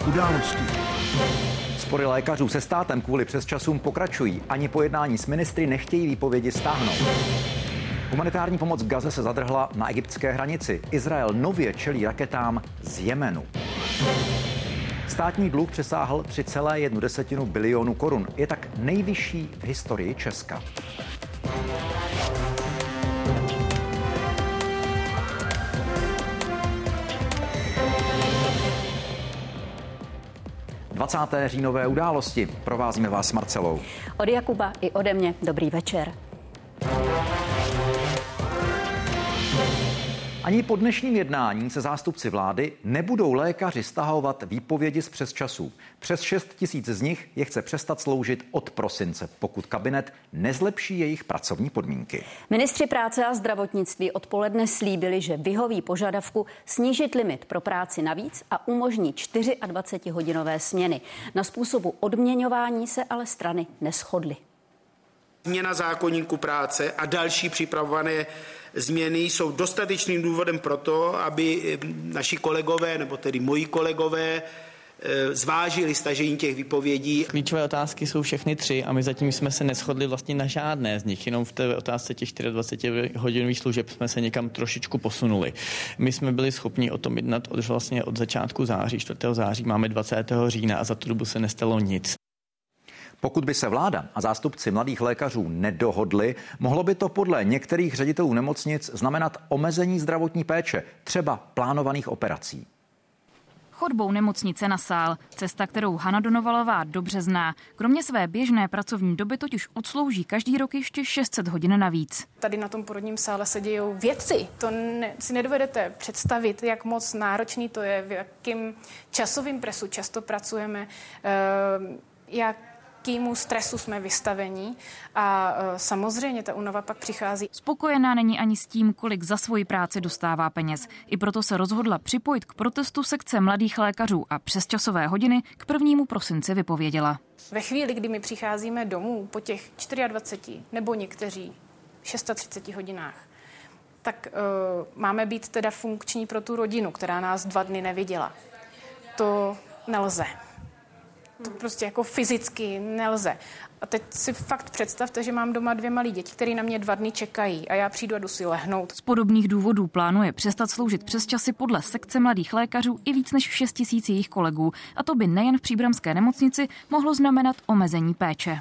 událostí. Spory lékařů se státem kvůli přesčasům pokračují. Ani po jednání s ministry nechtějí výpovědi stáhnout. Humanitární pomoc v Gaze se zadrhla na egyptské hranici. Izrael nově čelí raketám z Jemenu. Státní dluh přesáhl 3,1 bilionu korun. Je tak nejvyšší v historii Česka. Říjnové události. Provázíme vás s Marcelou. Od Jakuba i ode mě dobrý večer. Ani po dnešním jednání se zástupci vlády nebudou lékaři stahovat výpovědi z přesčasů. Přes 6 000 z nich je chce přestat sloužit od prosince, pokud kabinet nezlepší jejich pracovní podmínky. Ministři práce a zdravotnictví odpoledne slíbili, že vyhoví požadavku snížit limit pro práci navíc a umožní 24hodinové směny. Na způsobu odměňování se ale strany neshodly. Změna zákoníku práce a další připravované změny jsou dostatečným důvodem pro to, aby naši kolegové, nebo tedy moji kolegové, zvážili stažení těch výpovědí. Klíčové otázky jsou všechny 3 a my zatím jsme se neshodli vlastně na žádné z nich. Jenom v té otázce těch 24hodinových služeb jsme se někam trošičku posunuli. My jsme byli schopni o tom jednat od začátku září, 4. září, máme 20. října a za tu dobu se nestalo nic. Pokud by se vláda a zástupci mladých lékařů nedohodli, mohlo by to podle některých ředitelů nemocnic znamenat omezení zdravotní péče, třeba plánovaných operací. Chodbou nemocnice na sál. Cesta, kterou Hana Donovalová dobře zná. Kromě své běžné pracovní doby totiž odslouží každý rok ještě 600 hodin navíc. Tady na tom porodním sále se dějou věci. To si nedovedete představit, jak moc náročný to je, v jakým časovým presu často pracujeme, jakýmu stresu jsme vystavení a samozřejmě ta únava pak přichází. Spokojená není ani s tím, kolik za svoji práci dostává peněz. I proto se rozhodla připojit k protestu sekce mladých lékařů a přesčasové hodiny k 1. prosinci vypověděla. Ve chvíli, kdy my přicházíme domů po těch 24 nebo někteří 630 hodinách, tak máme být teda funkční pro tu rodinu, která nás 2 dny neviděla. To nelze. To prostě jako fyzicky nelze. A teď si fakt představte, že mám doma 2 malí děti, které na mě 2 dny čekají a já přijdu a jdu si lehnout. Z podobných důvodů plánuje přestat sloužit přesčasy podle sekce mladých lékařů i víc než 6 000 jejich kolegů. A to by nejen v příbramské nemocnici mohlo znamenat omezení péče.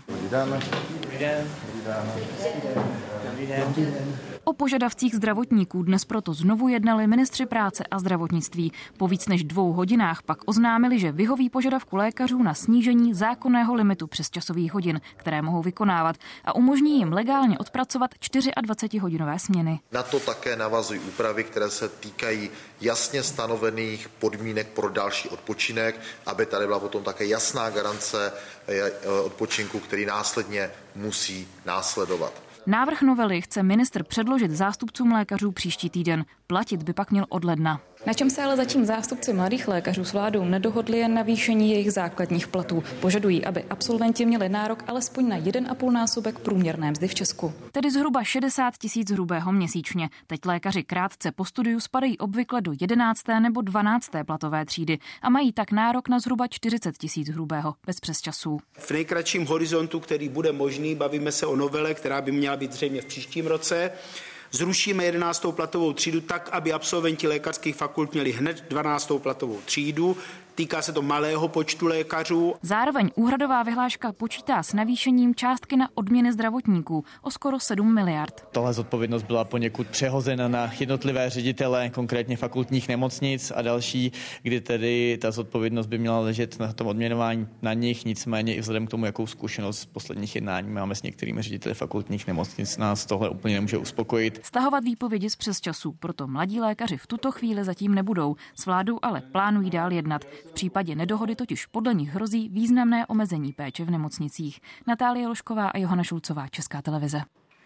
O požadavcích zdravotníků dnes proto znovu jednali ministři práce a zdravotnictví. Po víc než 2 hodinách pak oznámili, že vyhoví požadavku lékařů na snížení zákonného limitu přesčasových hodin, které mohou vykonávat, a umožní jim legálně odpracovat 24hodinové směny. Na to také navazují úpravy, které se týkají jasně stanovených podmínek pro další odpočinek, aby tady byla potom také jasná garance odpočinku, který následně musí následovat. Návrh novely chce ministr předložit zástupcům lékařů příští týden. Platit by pak měl od ledna. Na čem se ale zatím zástupci mladých lékařů s vládou nedohodli jen navýšení jejich základních platů. Požadují, aby absolventi měli nárok alespoň na 1,5násobek průměrné mzdy v Česku. Tedy zhruba 60 000 hrubého měsíčně. Teď lékaři krátce po studiu spadají obvykle do 11. nebo 12. platové třídy a mají tak nárok na zhruba 40 000 hrubého bez přesčasů. V nejkratším horizontu, který bude možný, bavíme se o novele, která by měla být zřejmě v příštím roce. Zrušíme 11. platovou třídu tak, aby absolventi lékařských fakult měli hned 12. platovou třídu. Týká se to malého počtu lékařů. Zároveň úhradová vyhláška počítá s navýšením částky na odměny zdravotníků o skoro 7 miliard. Tohle zodpovědnost byla poněkud přehozena na jednotlivé ředitele, konkrétně fakultních nemocnic a další, kdy tedy ta zodpovědnost by měla ležet na tom odměňování na nich, nicméně i vzhledem k tomu, jakou zkušenost z posledních jednání máme s některými řediteli fakultních nemocnic, nás tohle úplně nemůže uspokojit. Stahovat výpovědi z přesčasů, proto mladí lékaři v tuto chvíli zatím nebudou. S vládou ale plánují dál jednat. V případě nedohody totiž podle nich hrozí významné omezení péče v nemocnicích. Natálie Lošková a Johana Šulcová, Česká televize.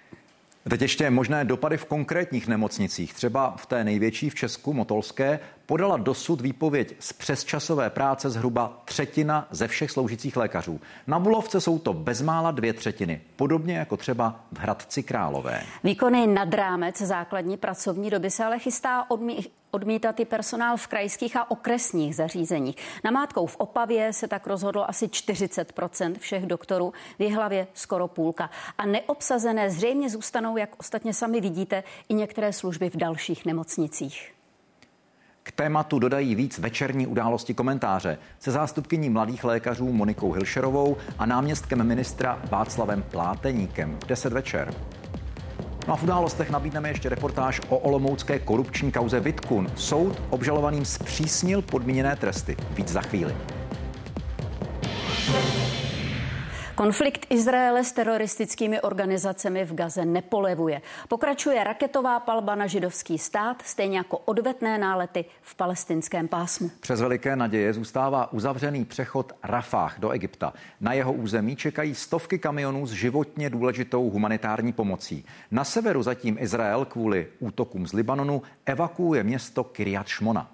Teď ještě možné dopady v konkrétních nemocnicích. Třeba v té největší v Česku, Motolské, podala dosud výpověď z přesčasové práce zhruba 1/3 ze všech sloužících lékařů. Na Bulovce jsou to bezmála 2/3, podobně jako třeba v Hradci Králové. Výkony nad rámec základní pracovní doby se ale Odmítat i personál v krajských a okresních zařízeních. Namátkou v Opavě se tak rozhodlo asi 40% všech doktorů, v Jihlavě skoro půlka. A neobsazené zřejmě zůstanou, jak ostatně sami vidíte, i některé služby v dalších nemocnicích. K tématu dodají víc večerní Události komentáře se zástupkyní mladých lékařů Monikou Hilšerovou a náměstkem ministra Václavem Pláteníkem v 10 večer. No a v Událostech nabídneme ještě reportáž o olomoucké korupční kauze Vidkun. Soud obžalovaným zpřísnil podmíněné tresty. Víc za chvíli. Konflikt Izraele s teroristickými organizacemi v Gaze nepolevuje. Pokračuje raketová palba na židovský stát, stejně jako odvetné nálety v palestinském pásmu. Přes veliké naděje zůstává uzavřený přechod Rafah do Egypta. Na jeho území čekají stovky kamionů s životně důležitou humanitární pomocí. Na severu zatím Izrael kvůli útokům z Libanonu evakuuje město Kiryat Šmona.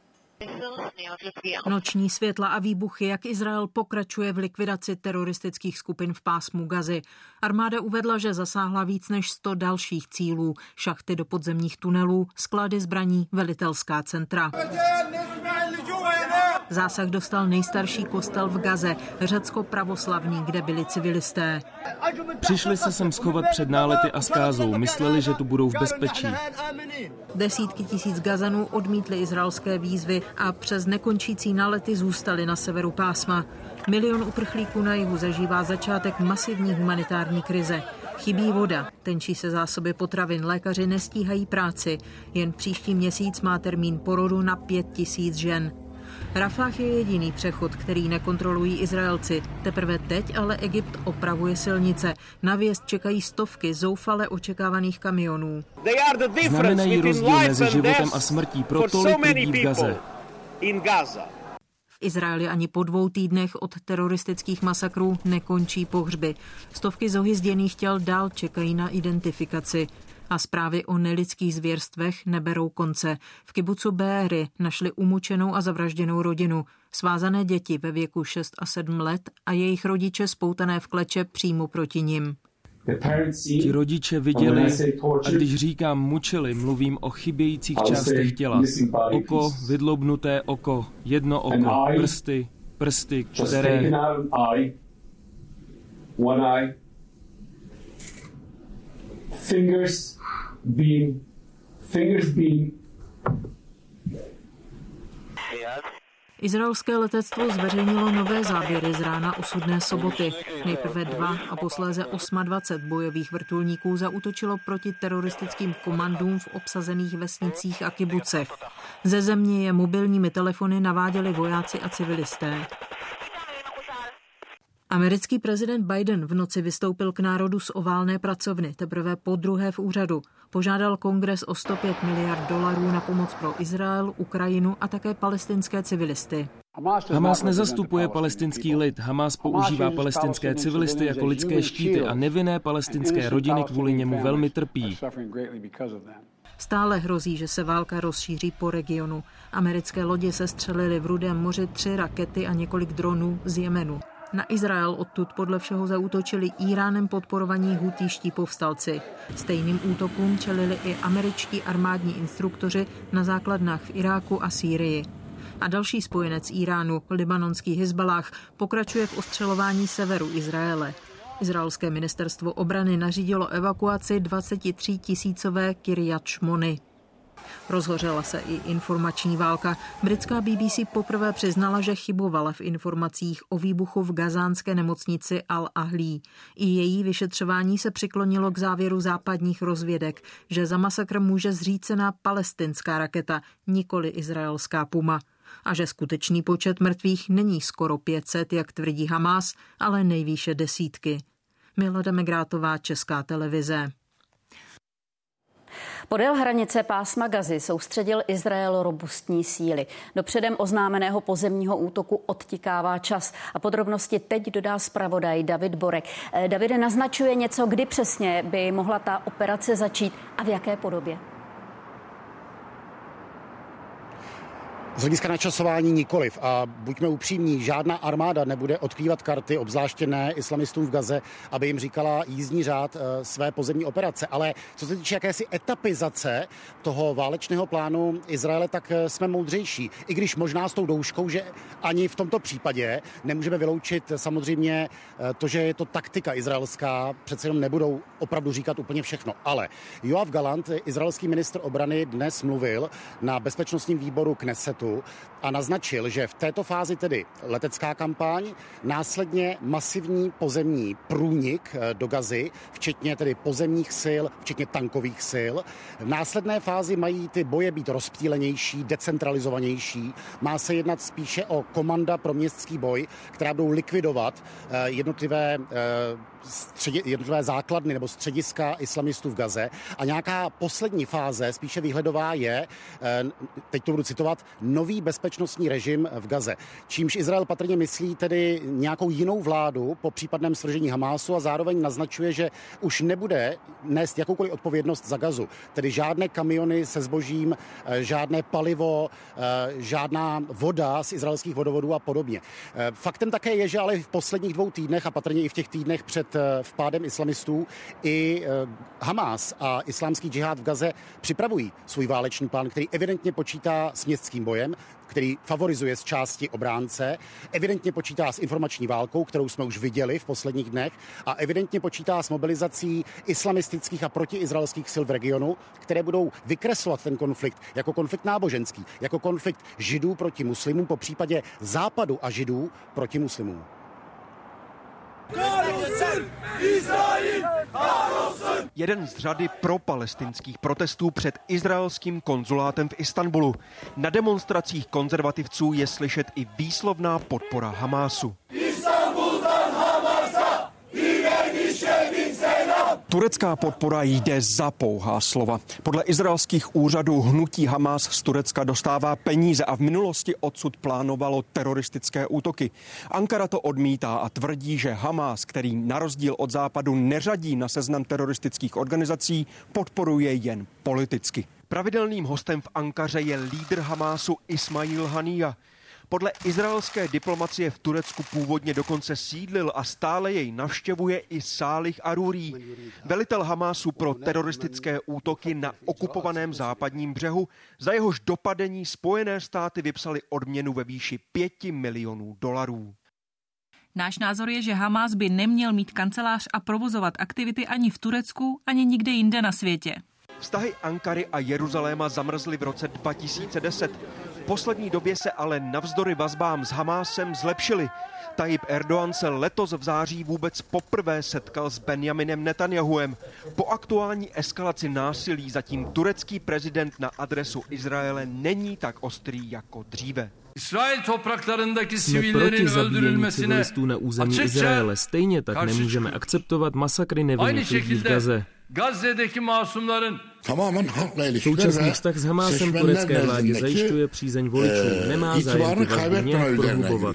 Noční světla a výbuchy, jak Izrael pokračuje v likvidaci teroristických skupin v pásmu Gazy. Armáda uvedla, že zasáhla víc než 100 dalších cílů, šachty do podzemních tunelů, sklady zbraní, velitelská centra. Zásah dostal nejstarší kostel v Gaze, řecko-pravoslavný, kde byli civilisté. Přišli se sem schovat před nálety a zkázou, mysleli, že tu budou v bezpečí. Desítky tisíc Gazanů odmítli izraelské výzvy a přes nekončící nálety zůstali na severu pásma. Milion uprchlíků na jihu zažívá začátek masivní humanitární krize. Chybí voda, tenčí se zásoby potravin, lékaři nestíhají práci. Jen příští měsíc má termín porodu na 5 000 žen. Rafah je jediný přechod, který nekontrolují Izraelci. Teprve teď ale Egypt opravuje silnice. Na vjezd čekají stovky zoufale očekávaných kamionů. Znamenají rozdíl mezi životem a smrtí pro tolik lidí v Gaze. V Izraeli ani po 2 týdnech od teroristických masakrů nekončí pohřby. Stovky zohyzděných těl dál čekají na identifikaci. A zprávy o nelidských zvěrstvech neberou konce. V kibucu Be'eri našli umučenou a zavražděnou rodinu, svázané děti ve věku 6 a 7 let a jejich rodiče spoutané v kleče přímo proti nim. Ti rodiče viděli, a když říkám mučili, mluvím o chybějících částech těla. Oko, vydlobnuté oko, jedno oko, prsty, které... Fingers being Izraelské letectvo zveřejnilo nové záběry z rána osudné soboty. Nejprve 2 a posléze 28 bojových vrtulníků zaútočilo proti teroristickým komandům v obsazených vesnicích a kibucech. Ze země je mobilními telefony naváděli vojáci a civilisté. Americký prezident Biden v noci vystoupil k národu z oválné pracovny, teprve podruhé v úřadu. Požádal kongres o $105 miliard na pomoc pro Izrael, Ukrajinu a také palestinské civilisty. Hamas nezastupuje palestinský lid. Hamas používá palestinské civilisty jako lidské štíty a nevinné palestinské rodiny kvůli němu velmi trpí. Stále hrozí, že se válka rozšíří po regionu. Americké lodě sestřelily v Rudém moři 3 rakety a několik dronů z Jemenu. Na Izrael odtud podle všeho zaútočili Íránem podporovaní hutýští povstalci. Stejným útokům čelili i američtí armádní instruktoři na základnách v Iráku a Sýrii. A další spojenec Íránu, libanonský Hizballáh, pokračuje v ostřelování severu Izraele. Izraelské ministerstvo obrany nařídilo evakuaci 23 000 Kiryat Šmony. Rozhořela se i informační válka. Britská BBC poprvé přiznala, že chybovala v informacích o výbuchu v gazánské nemocnici Al-Ahlí. I její vyšetřování se přiklonilo k závěru západních rozvědek, že za masakr může zřícená palestinská raketa, nikoli izraelská Puma. A že skutečný počet mrtvých není skoro 500, jak tvrdí Hamas, ale nejvýše desítky. Milada Megrátová, Česká televize. Podél hranice pásma Gazy soustředil Izrael robustní síly. Do předem oznámeného pozemního útoku odtikává čas. A podrobnosti teď dodá zpravodaj David Borek. Davide, naznačuje něco, kdy přesně by mohla ta operace začít a v jaké podobě? Z hlediska načasování nikoliv. A buďme upřímní, žádná armáda nebude odkrývat karty, obzvláště ne islamistům v Gaze, aby jim říkala jízdní řád své pozemní operace. Ale co se týče jakési etapizace toho válečného plánu Izraele, tak jsme moudřejší. I když možná s tou douškou, že ani v tomto případě nemůžeme vyloučit samozřejmě to, že je to taktika izraelská, přece jenom nebudou opravdu říkat úplně všechno. Ale Yoav Gallant, izraelský ministr obrany, dnes mluvil na bezpečnostním výboru Knesetu a naznačil, že v této fázi tedy letecká kampaň, následně masivní pozemní průnik do Gazy, včetně tedy pozemních sil, včetně tankových sil. V následné fázi mají ty boje být rozptýlenější, decentralizovanější. Má se jednat spíše o komanda pro městský boj, která budou likvidovat jednotlivé základny nebo střediska islamistů v Gaze. A nějaká poslední fáze, spíše výhledová, je, teď to budu citovat, nový bezpečnostní režim v Gaze. Čímž Izrael patrně myslí tedy nějakou jinou vládu po případném svržení Hamásu a zároveň naznačuje, že už nebude nést jakoukoliv odpovědnost za Gazu. Tedy žádné kamiony se zbožím, žádné palivo, žádná voda z izraelských vodovodů a podobně. Faktem také je, že ale v posledních 2 týdnech a patrně i v těch týdnech před vpádem islamistů i Hamás a islámský džihád v Gaze připravují svůj válečný plán, který evidentně počítá s městským bojem, který favorizuje z části obránce, evidentně počítá s informační válkou, kterou jsme už viděli v posledních dnech, a evidentně počítá s mobilizací islamistických a protiizraelských sil v regionu, které budou vykreslovat ten konflikt jako konflikt náboženský, jako konflikt Židů proti muslimům, po případě Západu a Židů proti muslimům. Jeden z řady propalestinských protestů před izraelským konzulátem v Istanbulu. Na demonstracích konzervativců je slyšet i výslovná podpora Hamásu. Turecká podpora jde za pouhá slova. Podle izraelských úřadů hnutí Hamás z Turecka dostává peníze a v minulosti odsud plánovalo teroristické útoky. Ankara to odmítá a tvrdí, že Hamás, který na rozdíl od Západu neřadí na seznam teroristických organizací, podporuje jen politicky. Pravidelným hostem v Ankaře je lídr Hamásu Ismail Haniyeh. Podle izraelské diplomacie v Turecku původně dokonce sídlil a stále jej navštěvuje i Sálih Aruri, velitel Hamásu pro teroristické útoky na okupovaném západním břehu, za jehož dopadení Spojené státy vypsaly odměnu ve výši $5 milionů. Náš názor je, že Hamás by neměl mít kancelář a provozovat aktivity ani v Turecku, ani nikde jinde na světě. Vztahy Ankary a Jeruzaléma zamrzly v roce 2010. V poslední době se ale navzdory vazbám s Hamásem zlepšily. Tayyip Erdogan se letos v září vůbec poprvé setkal s Benjaminem Netanjahuem. Po aktuální eskalaci násilí zatím turecký prezident na adresu Izraele není tak ostrý jako dříve. Jsme proti zabíjení civilistů na území Izraele. Stejně tak nemůžeme akceptovat masakry nevinných lidí v Gaze. Současný vztah s Hamásem turecké vládě zajišťuje přízeň voličů. Nemá zájem ty vazby nějak prohlubovat.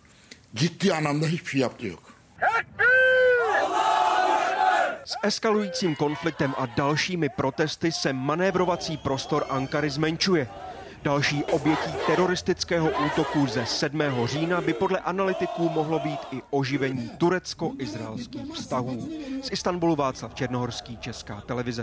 S eskalujícím konfliktem a dalšími protesty se manévrovací prostor Ankary zmenšuje. Další obětí teroristického útoku ze 7. října by podle analytiků mohlo být i oživení turecko-izraelských vztahů. Z Istanbulu Václav Černohorský, Česká televize.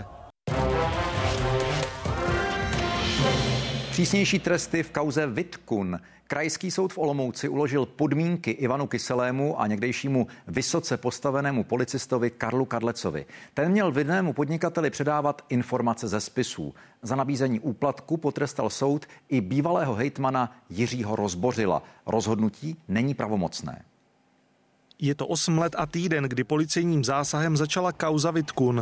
Přísnější tresty v kauze Vitkun. Krajský soud v Olomouci uložil podmínky Ivanu Kyselému a někdejšímu vysoce postavenému policistovi Karlu Kadlecovi. Ten měl vinnému podnikateli předávat informace ze spisů. Za nabízení úplatku potrestal soud i bývalého hejtmana Jiřího Rozbořila. Rozhodnutí není pravomocné. Je to 8 let a týden, kdy policejním zásahem začala kauza Vitkun.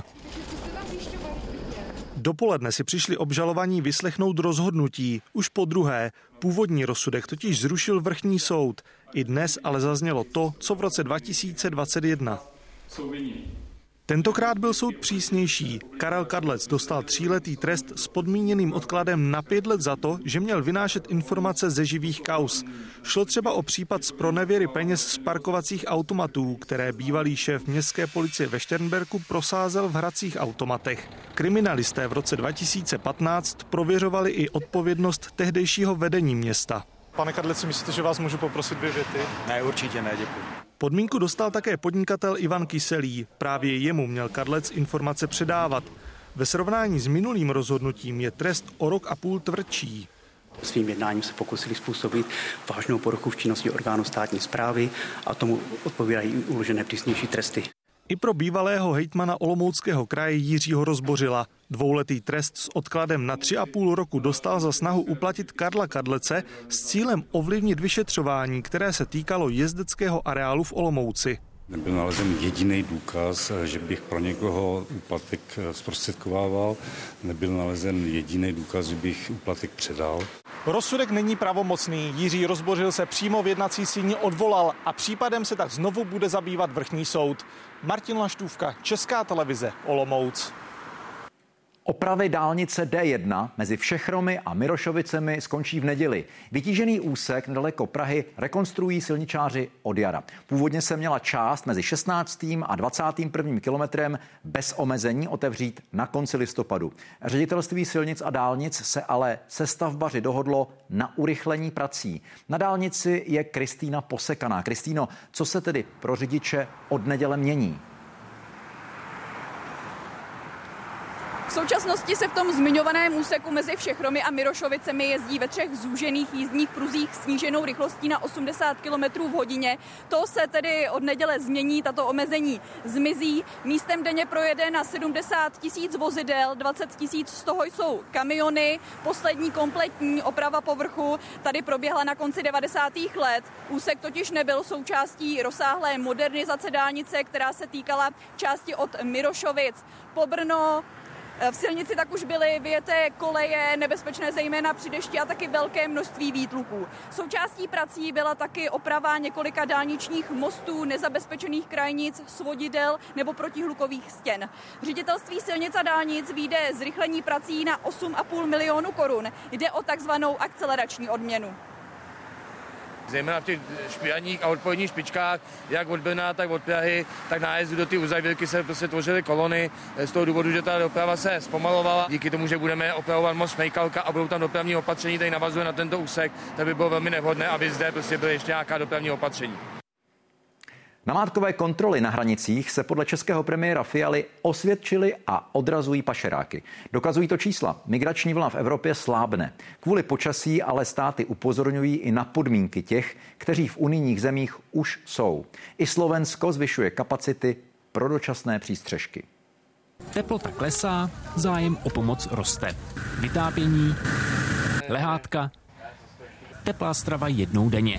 Dopoledne si přišli obžalovaní vyslechnout rozhodnutí. Už po druhé. Původní rozsudek totiž zrušil vrchní soud. I dnes ale zaznělo to, co v roce 2021. Tentokrát byl soud přísnější. Karel Kadlec dostal 3letý trest s podmíněným odkladem na 5 let za to, že měl vynášet informace ze živých kauz. Šlo třeba o případ zpronevěry peněz z parkovacích automatů, které bývalý šéf městské policie ve Šternberku prosázel v hracích automatech. Kriminalisté v roce 2015 prověřovali i odpovědnost tehdejšího vedení města. Pane Kadleci, myslíte, že vás můžu poprosit 2 věty? Ne, určitě ne, děkuji. Podmínku dostal také podnikatel Ivan Kyselý. Právě jemu měl Kadlec informace předávat. Ve srovnání s minulým rozhodnutím je trest o 1,5 roku tvrdší. Svým jednáním se pokusili způsobit vážnou poruchu v činnosti orgánů státní správy a tomu odpovídají uložené přísnější tresty. I pro bývalého hejtmana Olomouckého kraje Jiřího Rozbořila 2letý trest s odkladem na 3,5 roku dostal za snahu uplatit Karla Kadlece s cílem ovlivnit vyšetřování, které se týkalo jezdeckého areálu v Olomouci. Nebyl nalezen jediný důkaz, že bych pro někoho úplatek zprostředkovával. Nebyl nalezen jediný důkaz, že bych úplatek předal. Rozsudek není pravomocný. Jiří Rozbořil se přímo v jednací síni odvolal a případem se tak znovu bude zabývat vrchní soud. Martin Laštůvka, Česká televize, Olomouc. Opravy dálnice D1 mezi Všechromy a Mirošovicemi skončí v neděli. Vytížený úsek nedaleko Prahy rekonstruují silničáři od jara. Původně se měla část mezi 16. a 21. kilometrem bez omezení otevřít na konci listopadu. Ředitelství silnic a dálnic se ale se stavbaři dohodlo na urychlení prací. Na dálnici je Kristýna Posekaná. Kristýno, co se tedy pro řidiče od neděle mění? V současnosti se v tom zmiňovaném úseku mezi Všechromy a Mirošovicemi jezdí ve 3 zúžených jízdních pruzích sníženou rychlostí na 80 km v hodině. To se tedy od neděle změní, tato omezení zmizí. Místem denně projede na 70 000 vozidel, 20 000 z toho jsou kamiony. Poslední kompletní oprava povrchu tady proběhla na konci 90. let. Úsek totiž nebyl součástí rozsáhlé modernizace dálnice, která se týkala části od Mirošovic po Brno. V silnici tak už byly vyjeté koleje, nebezpečné zejména při dešti a taky velké množství výtluků. Součástí prací byla taky oprava několika dálničních mostů, nezabezpečených krajnic, svodidel nebo protihlukových stěn. Ředitelství silnic a dálnic vyjde zrychlení prací na 8,5 milionu korun. Jde o takzvanou akcelerační odměnu. Zejména v těch špijaních a odpoledních špičkách, jak od Brna, tak od Prahy, tak nájezdu do ty uzavíračky se prostě tvořily kolony z toho důvodu, že ta doprava se zpomalovala. Díky tomu, že budeme opravovat most Smejkalka a budou tam dopravní opatření, tady navazuje na tento úsek, tak by bylo velmi nevhodné, aby zde prostě byly ještě nějaká dopravní opatření. Namátkové kontroly na hranicích se podle českého premiéra Fialy osvědčily a odrazují pašeráky. Dokazují to čísla. Migrační vlna v Evropě slábne. Kvůli počasí ale státy upozorňují i na podmínky těch, kteří v unijních zemích už jsou. I Slovensko zvyšuje kapacity pro dočasné přístřešky. Teplota klesá, zájem o pomoc roste. Vytápění, lehátka, teplá strava jednou denně.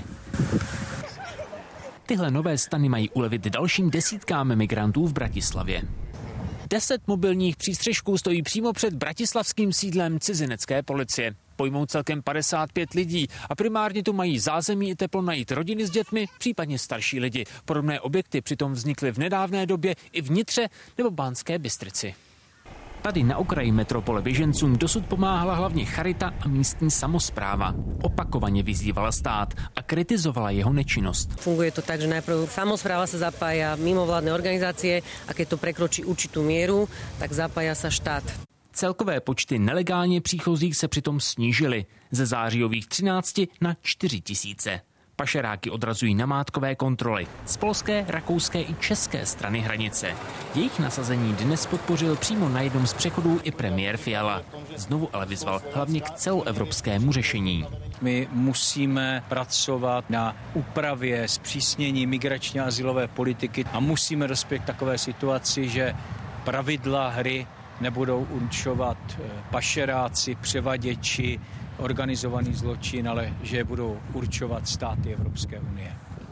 Tyhle nové stany mají ulevit dalším desítkám migrantů v Bratislavě. 10 mobilních přístřešků stojí přímo před bratislavským sídlem cizinecké policie. Pojmou celkem 55 lidí a primárně tu mají zázemí i teplo najít rodiny s dětmi, případně starší lidi. Podobné objekty přitom vznikly v nedávné době i v Nitře nebo Banské Bystrici. Tady na okraji metropole běžencům dosud pomáhala hlavně charita a místní samospráva. Opakovaně vyzývala stát a kritizovala jeho nečinnost. Funguje to tak, že najprv samospráva sa zapája mimovládne organizácie a keď to prekročí určitú mieru, tak zapája sa štát. Celkové počty nelegálně příchozích se přitom snížily ze zářijových 13 na 4 000. Pašeráky odrazují namátkové kontroly z polské, rakouské i české strany hranice. Jejich nasazení dnes podpořil přímo na jednom z přechodů i premiér Fiala. Znovu ale vyzval hlavně k celoevropskému řešení. My musíme pracovat na úpravě zpřísnění migrační a azylové politiky a musíme dospět k takové situaci, že pravidla hry nebudou určovat pašeráci, převaděči, organizovaný zločin, ale že budou určovat státy Evropské unie.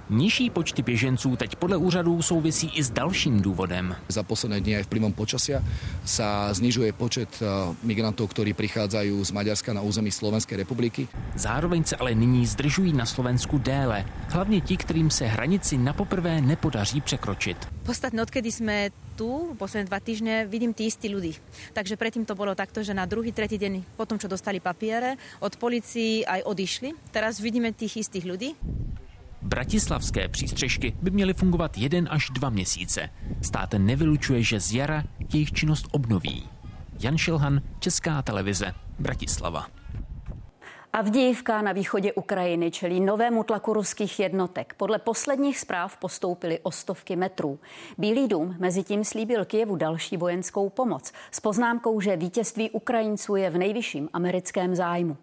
Nižší počty běženců teď podle úřadů souvisí i s dalším důvodem. Za posledné dni aj vplyvom počasia sa znižuje počet migrantů, kteří přichádzají z Maďarska na území Slovenské republiky. Zároveň se ale nyní zdržují na Slovensku déle. Hlavně ti, kterým se hranici napoprvé nepodaří překročit. Podstatne, odkedy sme tu, posledné 2 týždne, vidím tí istí ľudí. Takže predtým to bolo takto, že na druhý, tretí deň, potom čo dostali papiere, od polícií aj odišli. Teraz vidíme tých istých ľudí. Bratislavské přístřežky by měly fungovat 1 až 2 měsíce. Stát nevylučuje, že z jara jejich činnost obnoví. Jan Šilhan, Česká televize, Bratislava. Avdijivka na východě Ukrajiny čelí novému tlaku ruských jednotek. Podle posledních zpráv postoupili o stovky metrů. Bílý dům mezitím slíbil Kyjevu další vojenskou pomoc s poznámkou, že vítězství Ukrajinců je v nejvyšším americkém zájmu.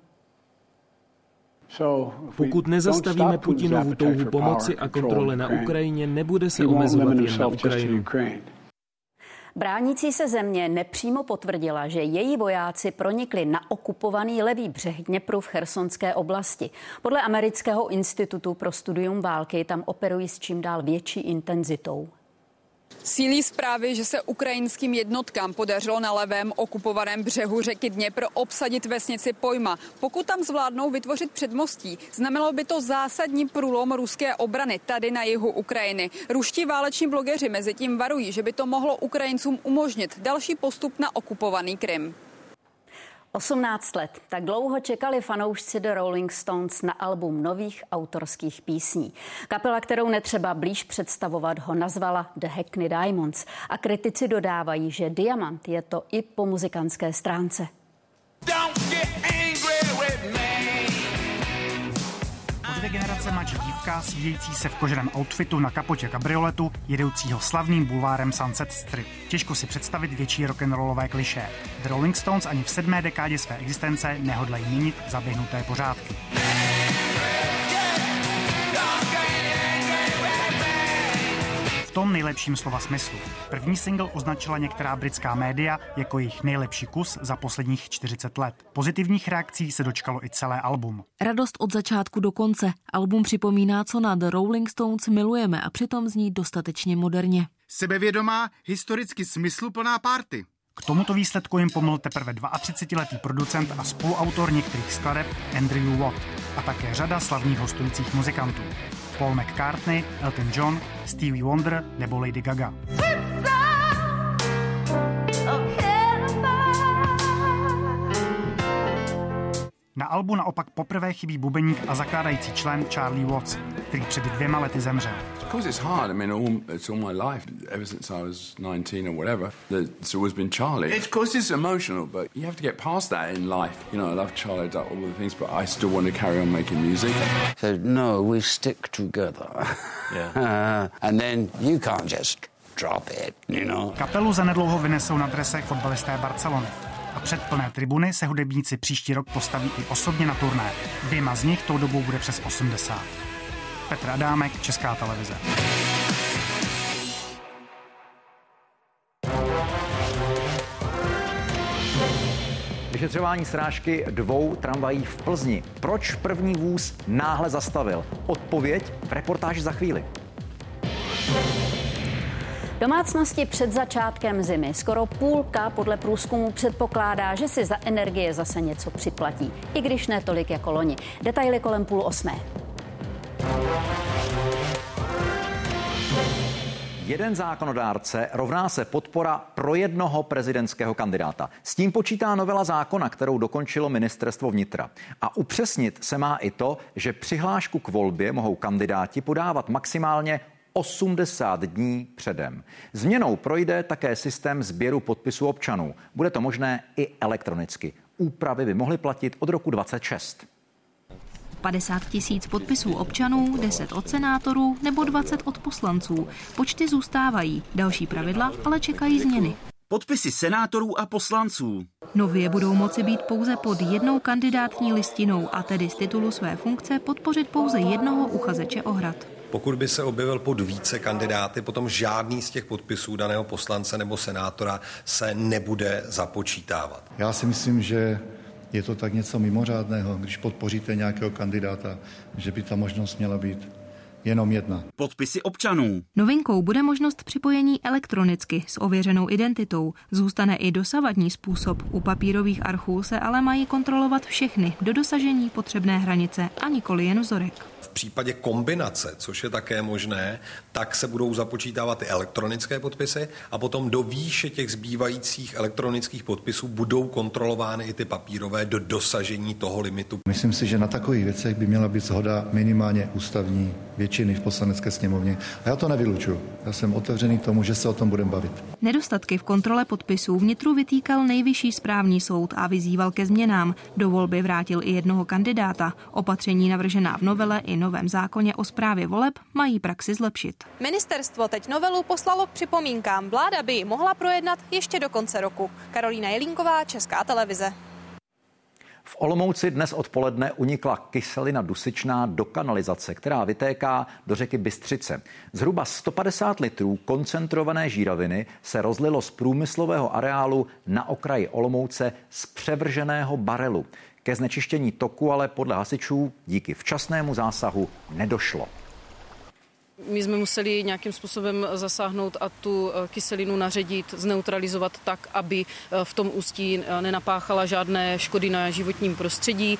Pokud nezastavíme Putinovu touhu pomoci a kontrole na Ukrajině, nebude se omezovat jen na Ukrajinu. Bránící se země nepřímo potvrdila, že její vojáci pronikli na okupovaný levý břeh Dněpru v Chersonské oblasti. Podle Amerického institutu pro studium války tam operují s čím dál větší intenzitou. Sílí zprávy, že se ukrajinským jednotkám podařilo na levém okupovaném břehu řeky Dněpr obsadit vesnici Pojma. Pokud tam zvládnou vytvořit předmostí, znamenalo by to zásadní průlom ruské obrany tady na jihu Ukrajiny. Ruští váleční blogeři mezitím varují, že by to mohlo Ukrajincům umožnit další postup na okupovaný Krym. 18 let. Tak dlouho čekali fanoušci The Rolling Stones na album nových autorských písní. Kapela, kterou netřeba blíž představovat, ho nazvala The Hackney Diamonds a kritici dodávají, že diamant je to i po muzikantské stránce. O 2 generace mladší dívka, sídějící se v koženém outfitu na kapotě kabrioletu, jedoucího slavným bulvárem Sunset Strip. Těžko si představit větší rock'n'rollové klišé. The Rolling Stones ani v 7. dekádě své existence nehodlají měnit zaběhnuté pořádky. V tom nejlepším slova smyslu. První single označila některá britská média jako jejich nejlepší kus za posledních 40 let. Pozitivních reakcí se dočkalo i celé album. Radost od začátku do konce. Album připomíná, co na The Rolling Stones milujeme a přitom zní dostatečně moderně. Sebevědomá, historicky smysluplná party. K tomuto výsledku jim pomohl teprve 32letý producent a spoluautor některých skladeb Andrew Watt a také řada slavných hostujících muzikantů. Paul McCartney, Elton John, Stevie Wonder nebo Lady Gaga. Na albu naopak poprvé chybí bubeník a zakládající člen Charlie Watts, který před 2 lety zemřel. Because it's hard. I mean, it's all my life, ever since I was 19 or whatever. It's always been Charlie. It's because it's emotional, but you have to get past that in life. You know, I love Charlie, I all the things, but I still want to carry on making music. So no, we stick together. Yeah. And then you can't just drop it, you know. Kapelu zanedlouho vynesou na dresech fotbalisté Barcelony. A před plné tribuny se hudebníci příští rok postaví i osobně na turné. 2 z nich tou dobou bude přes 80. Petr Adámek, Česká televize. Vyšetřování srážky 2 tramvají v Plzni. Proč první vůz náhle zastavil? Odpověď v reportáži za chvíli. Domácnosti před začátkem zimy. Skoro půlka podle průzkumu předpokládá, že si za energie zase něco připlatí. I když ne tolik jako loni. Detaily kolem 7:30. Jeden zákonodárce rovná se podpora pro jednoho prezidentského kandidáta. S tím počítá novela zákona, kterou dokončilo ministerstvo vnitra. A upřesnit se má i to, že přihlášku k volbě mohou kandidáti podávat maximálně 80 dní předem. Změnou projde také systém sběru podpisů občanů. Bude to možné i elektronicky. Úpravy by mohly platit od roku 2026. 50 000 podpisů občanů, 10 od senátorů nebo 20 od poslanců. Počty zůstávají, další pravidla ale čekají změny. Podpisy senátorů a poslanců. Nově budou moci být pouze pod jednou kandidátní listinou a tedy z titulu své funkce podpořit pouze jednoho uchazeče o Hrad. Pokud by se objevil pod více kandidáty, potom žádný z těch podpisů daného poslance nebo senátora se nebude započítávat. Já si myslím, že je to tak něco mimořádného, když podpoříte nějakého kandidáta, že by ta možnost měla být. jenom jedna. Podpisy občanů. Novinkou bude možnost připojení elektronicky s ověřenou identitou. Zůstane i dosavadní způsob. U papírových archů se ale mají kontrolovat všechny do dosažení potřebné hranice a nikoli jen vzorek. V případě kombinace, což je také možné, tak se budou započítávat i elektronické podpisy a potom do výše těch zbývajících elektronických podpisů budou kontrolovány i ty papírové do dosažení toho limitu. Myslím si, že na takových věcech by měla být shoda minimálně ústavní většiny v Poslanecké sněmovně. A já to nevylučuju. Já jsem otevřený k tomu, že se o tom budeme bavit. Nedostatky v kontrole podpisů vnitru vytýkal Nejvyšší správní soud a vyzýval ke změnám. Do volby vrátil i jednoho kandidáta. Opatření navržená v novele i novém zákoně o správě voleb mají praxi zlepšit. Ministerstvo teď novelu poslalo k připomínkám. Vláda by ji mohla projednat ještě do konce roku. Karolína Jelínková, Česká televize. V Olomouci dnes odpoledne unikla kyselina dusičná do kanalizace, která vytéká do řeky Bystřice. Zhruba 150 litrů koncentrované žíraviny se rozlilo z průmyslového areálu na okraji Olomouce z převrženého barelu. Ke znečištění toku ale podle hasičů díky včasnému zásahu nedošlo. My jsme museli nějakým způsobem zasáhnout a tu kyselinu naředit, zneutralizovat tak, aby v tom ústí nenapáchala žádné škody na životním prostředí.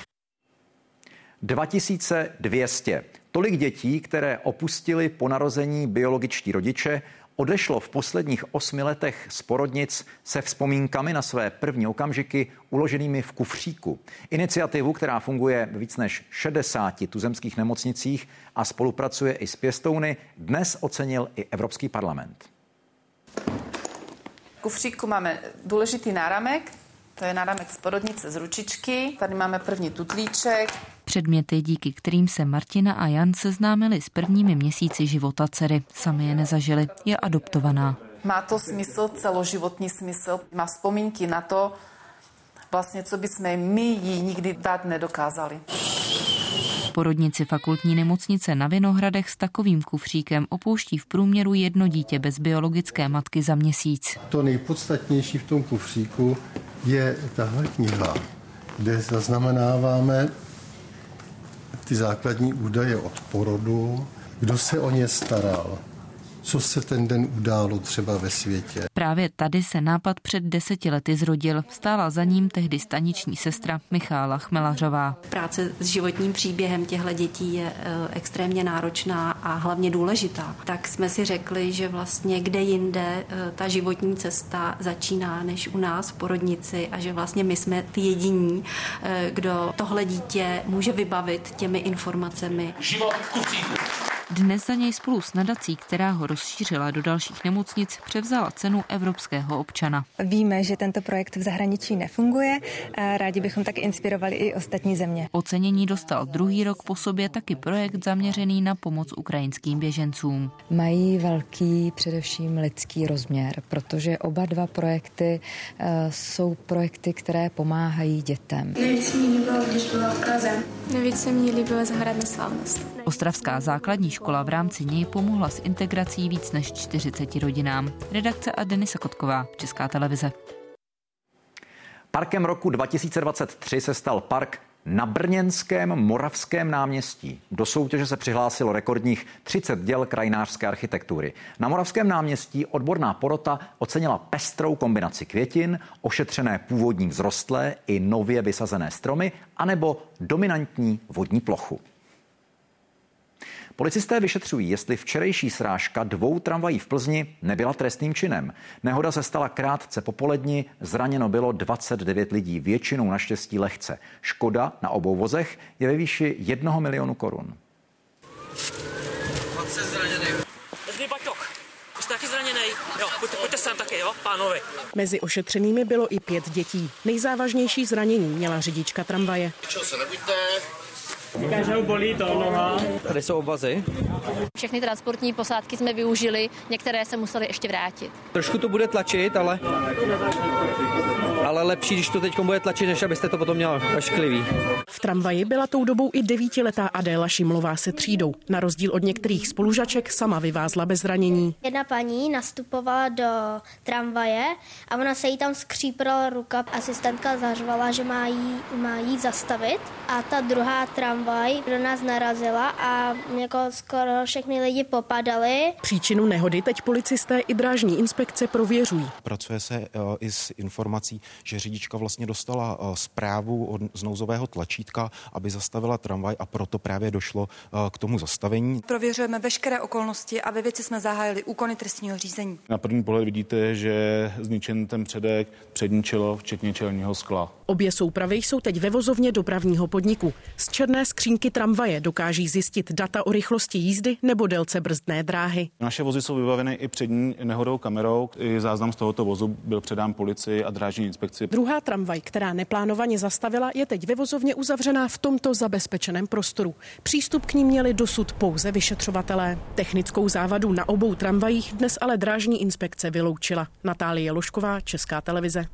2200. Tolik dětí, které opustili po narození biologičtí rodiče, odešlo v posledních 8 letech z porodnic se vzpomínkami na své první okamžiky uloženými v kufříku. Iniciativu, která funguje v víc než 60 tuzemských nemocnicích a spolupracuje i s pěstouny, dnes ocenil i Evropský parlament. V kufříku máme důležitý náramek, to je náramek z porodnice z ručičky. Tady máme první tutlíček. Předměty, díky kterým se Martina a Jan seznámili s prvními měsíci života dcery. Sami je nezažili, je adoptovaná. Má to smysl, celoživotní smysl. Má vzpomínky na to, vlastně, co bychom my jí nikdy dát nedokázali. Porodnici fakultní nemocnice na Vinohradech s takovým kufříkem opouští v průměru 1 dítě bez biologické matky za měsíc. To nejpodstatnější v tom kufříku je tahle kniha, kde zaznamenáváme ty základní údaje od porodu, kdo se o ně staral, co se ten den událo třeba ve světě. Právě tady se nápad před 10 lety zrodil. Stála za ním tehdy staniční sestra Michála Chmelařová. Práce s životním příběhem těchto dětí je extrémně náročná a hlavně důležitá. Tak jsme si řekli, že vlastně kde jinde ta životní cesta začíná než u nás v porodnici a že vlastně my jsme ty jediní, kdo tohle dítě může vybavit těmi informacemi. Život v kufříku. Dnes za něj spolu s nadací, která ho rozšířila do dalších nemocnic, převzala cenu evropského občana. Víme, že tento projekt v zahraničí nefunguje, rádi bychom tak inspirovali i ostatní země. Ocenění dostal 2. rok po sobě taky projekt zaměřený na pomoc ukrajinským běžencům. Mají velký především lidský rozměr, protože oba dva projekty jsou projekty, které pomáhají dětem. Nejvíc mi líbilo, když byla v Praze. Nejvíc se mi líbilo Zahradní slavnost. Ostravská základní škola v rámci něj pomohla s integrací víc než 40 rodinám. Redakce a Denisa Kotková, Česká televize. Parkem roku 2023 se stal park na brněnském Moravském náměstí. Do soutěže se přihlásilo rekordních 30 děl krajinářské architektury. Na Moravském náměstí odborná porota ocenila pestrou kombinaci květin, ošetřené původní vzrostlé i nově vysazené stromy, anebo dominantní vodní plochu. Policisté vyšetřují, jestli včerejší srážka 2 tramvají v Plzni nebyla trestným činem. Nehoda se stala krátce po poledni, zraněno bylo 29 lidí, většinou naštěstí lehce. Škoda na obou vozech je ve výši 1 milionu korun. Jste taky zraněnej? Jo, pojďte sem taky, jo, pánovi. Mezi ošetřenými bylo i 5 dětí. Nejzávažnější zranění měla řidička tramvaje. Čeho se nebojte. Říká, že ho bolí to noha. Tady jsou obvazy. Všechny transportní posádky jsme využili, některé se museli ještě vrátit. Trošku to bude tlačit, ale lepší, když to teď bude tlačit, než abyste to potom měla ošklivý. V tramvaji byla tou dobou i 9letá Adéla Šimlová se třídou. Na rozdíl od některých spolužaček sama vyvázla bez zranění. Jedna paní nastupovala do tramvaje a ona se jí tam skřípala ruka. Asistentka zařvala, že má jí zastavit a ta druhá tramvaj tramvaj do nás narazila a jako skoro všechny lidi popadali. Příčinu nehody teď policisté i drážní inspekce prověřují. Pracuje se i s informací, že řidička vlastně dostala zprávu z nouzového tlačítka, aby zastavila tramvaj, a proto právě došlo k tomu zastavení. Prověřujeme veškeré okolnosti a ve věci jsme zahájili úkony trestního řízení. Na první pohled vidíte, že je zničen ten předek, přední čelo, včetně čelního skla. Obě soupravy jsou teď ve vozovně dopravního podniku. Z černé skřínky tramvaje dokáží zjistit data o rychlosti jízdy nebo délce brzdné dráhy. Naše vozy jsou vybaveny i přední nehodou kamerou. I záznam z tohoto vozu byl předán policii a drážní inspekci. Druhá tramvaj, která neplánovaně zastavila, je teď ve vozovně uzavřená v tomto zabezpečeném prostoru. Přístup k ní měli dosud pouze vyšetřovatelé. Technickou závadu na obou tramvajích dnes ale drážní inspekce vyloučila. Natálie Lošková, Česká televize.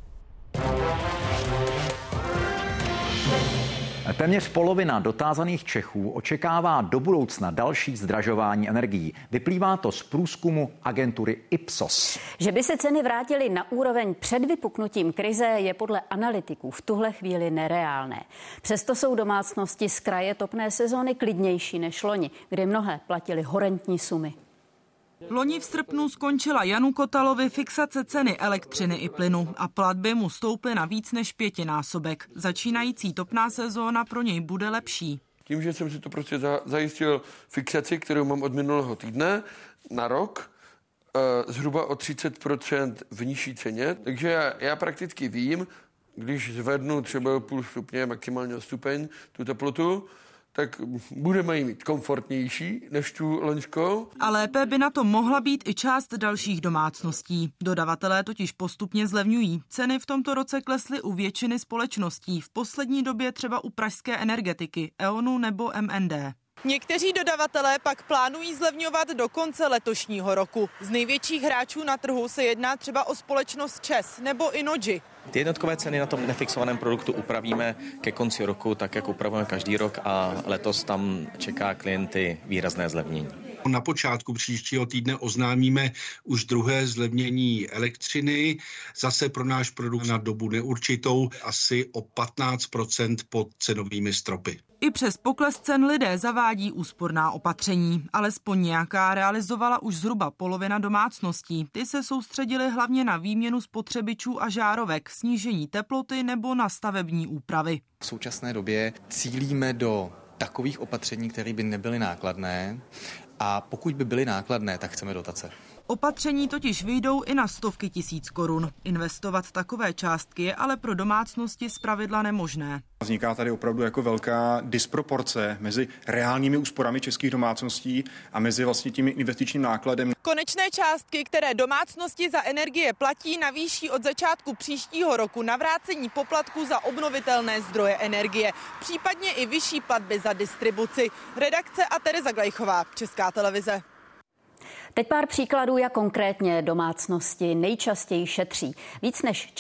Téměř polovina dotázaných Čechů očekává do budoucna další zdražování energií. Vyplývá to z průzkumu agentury Ipsos. Že by se ceny vrátily na úroveň před vypuknutím krize, je podle analytiků v tuhle chvíli nereálné. Přesto jsou domácnosti z kraje topné sezóny klidnější než loni, kde mnohé platili horentní sumy. Loni v srpnu skončila Janu Kotalovi fixace ceny elektřiny i plynu a platby mu stouply na víc než 5násobek. Začínající topná sezóna pro něj bude lepší. Tím, že jsem si to prostě zajistil fixaci, kterou mám od minulého týdne na rok, zhruba o 30% v nižší ceně. Takže já prakticky vím, když zvednu třeba o půl stupně, maximálně o stupeň tu teplotu, tak budeme ji mít komfortnější než tu loňskou. A lépe by na to mohla být i část dalších domácností. Dodavatelé totiž postupně zlevňují. Ceny v tomto roce klesly u většiny společností. V poslední době třeba u pražské energetiky, E.ONu nebo MND. Někteří dodavatelé pak plánují zlevňovat do konce letošního roku. Z největších hráčů na trhu se jedná třeba o společnost ČEZ nebo Innogy. Ty jednotkové ceny na tom nefixovaném produktu upravíme ke konci roku, tak jak upravujeme každý rok, a letos tam čeká klienty výrazné zlevnění. Na počátku příštího týdne oznámíme už druhé zlevnění elektřiny, zase pro náš produkt na dobu neurčitou, asi o 15% pod cenovými stropy. I přes pokles cen lidé zavádí úsporná opatření. Alespoň nějaká realizovala už zhruba polovina domácností. Ty se soustředily hlavně na výměnu spotřebičů a žárovek, snížení teploty nebo na stavební úpravy. V současné době cílíme do takových opatření, které by nebyly nákladné, a pokud by byly nákladné, tak chceme dotace. Opatření totiž vyjdou i na stovky tisíc korun. Investovat takové částky je ale pro domácnosti zpravidla nemožné. Vzniká tady opravdu jako velká disproporce mezi reálními úsporami českých domácností a mezi vlastně tím investičním nákladem. Konečné částky, které domácnosti za energie platí, navýší od začátku příštího roku navrácení poplatku za obnovitelné zdroje energie, případně i vyšší platby za distribuci. Redakce a Tereza Glejchová, Česká televize. Teď pár příkladů, jak konkrétně domácnosti nejčastěji šetří. Víc než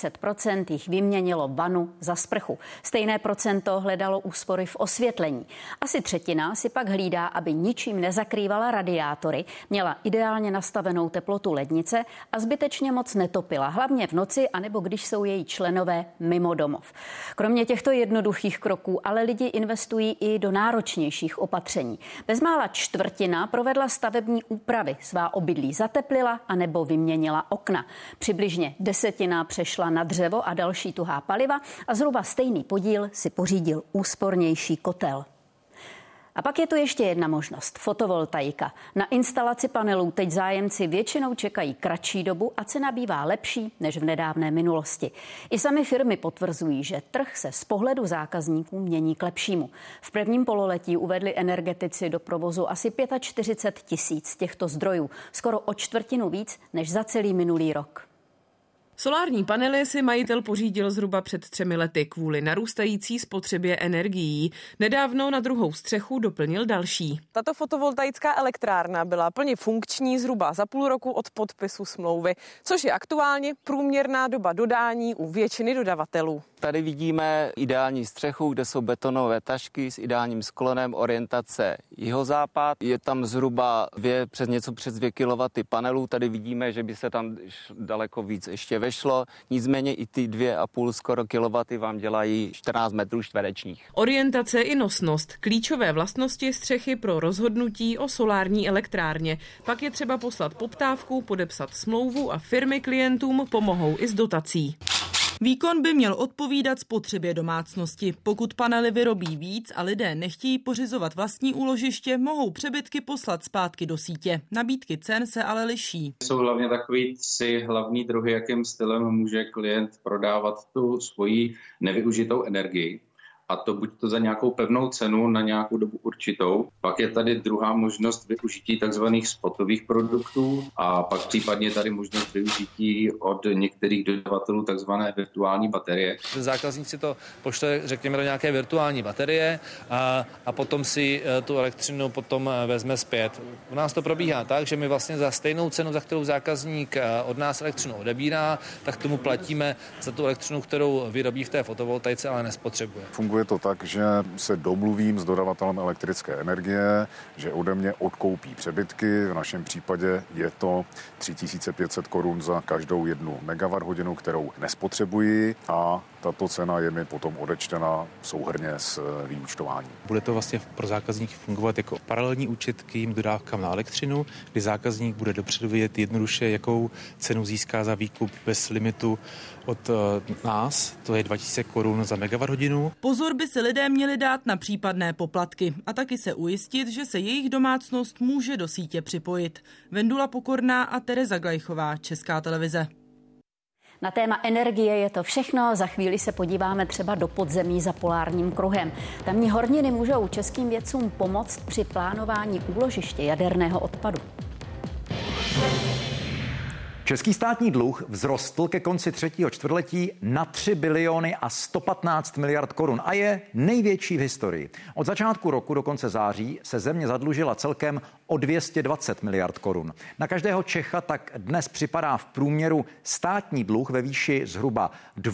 40% jich vyměnilo vanu za sprchu. Stejné procento hledalo úspory v osvětlení. Asi třetina si pak hlídá, aby ničím nezakrývala radiátory, měla ideálně nastavenou teplotu lednice a zbytečně moc netopila, hlavně v noci anebo když jsou její členové mimo domov. Kromě těchto jednoduchých kroků ale lidi investují i do náročnějších opatření. Bezmála čtvrtina provedla stavební úpravy, svá obydlí zateplila anebo vyměnila okna. Přibližně 10% přešla na dřevo a další tuhá paliva a zhruba stejný podíl si pořídil úspornější kotel. A pak je tu ještě jedna možnost, fotovoltaika. Na instalaci panelů teď zájemci většinou čekají kratší dobu a cena bývá lepší než v nedávné minulosti. I sami firmy potvrzují, že trh se z pohledu zákazníků mění k lepšímu. V prvním pololetí uvedli energetici do provozu asi 45 000 těchto zdrojů, skoro o čtvrtinu víc než za celý minulý rok. Solární panely si majitel pořídil zhruba před 3 lety kvůli narůstající spotřebě energií. Nedávno na druhou střechu doplnil další. Tato fotovoltaická elektrárna byla plně funkční zhruba za půl roku od podpisu smlouvy, což je aktuálně průměrná doba dodání u většiny dodavatelů. Tady vidíme ideální střechu, kde jsou betonové tašky s ideálním sklonem orientace jihozápad. Je tam zhruba přes 2 kW panelů. Tady vidíme, že by se tam daleko víc ještě vešlo. odešlo, nicméně i ty 2,5 skoro kilowaty vám dělají 14 metrů čtverečních. Orientace i nosnost, klíčové vlastnosti střechy pro rozhodnutí o solární elektrárně. Pak je třeba poslat poptávku, podepsat smlouvu a firmy klientům pomohou i s dotací. Výkon by měl odpovídat spotřebě domácnosti. Pokud panely vyrobí víc a lidé nechtějí pořizovat vlastní úložiště, mohou přebytky poslat zpátky do sítě. Nabídky cen se ale liší. Jsou hlavně takový 3 hlavní druhy, jakým stylem může klient prodávat tu svoji nevyužitou energii. A to buď to za nějakou pevnou cenu na nějakou dobu určitou. Pak je tady druhá možnost využití takzvaných spotových produktů a pak případně tady možnost využití od některých dodavatelů takzvané virtuální baterie. Zákazník si to pošle, řekněme, do nějaké virtuální baterie a potom si tu elektřinu potom vezme zpět. U nás to probíhá tak, že my vlastně za stejnou cenu, za kterou zákazník od nás elektřinu odebírá, tak tomu platíme za tu elektřinu, kterou vyrobí v té fotovoltaice, ale nespotřebuje. Funguje to tak, že se domluvím s dodavatelem elektrické energie, že ode mě odkoupí přebytky. V našem případě je to 3500 korun za každou 1 MWh, kterou nespotřebuji a tato cena je mi potom odečtena souhrnně s vyúčtováním. Bude to vlastně pro zákazníky fungovat jako paralelní účet k jejím dodávkám na elektřinu, kdy zákazník bude dopředu vědět jednoduše, jakou cenu získá za výkup bez limitu od nás, to je 2000 korun za megawatthodinu. Pozor by si lidé měli dát na případné poplatky a taky se ujistit, že se jejich domácnost může do sítě připojit. Vendula Pokorná a Tereza Glajchová, Česká televize. Na téma energie je to všechno. Za chvíli se podíváme třeba do podzemí za polárním kruhem. Tamní horniny můžou českým vědcům pomoct při plánování úložiště jaderného odpadu. Český státní dluh vzrostl ke konci 3. čtvrtletí na 3 biliony a 115 miliard korun a je největší v historii. Od začátku roku do konce září se země zadlužila celkem o 220 miliard korun. Na každého Čecha tak dnes připadá v průměru státní dluh ve výši zhruba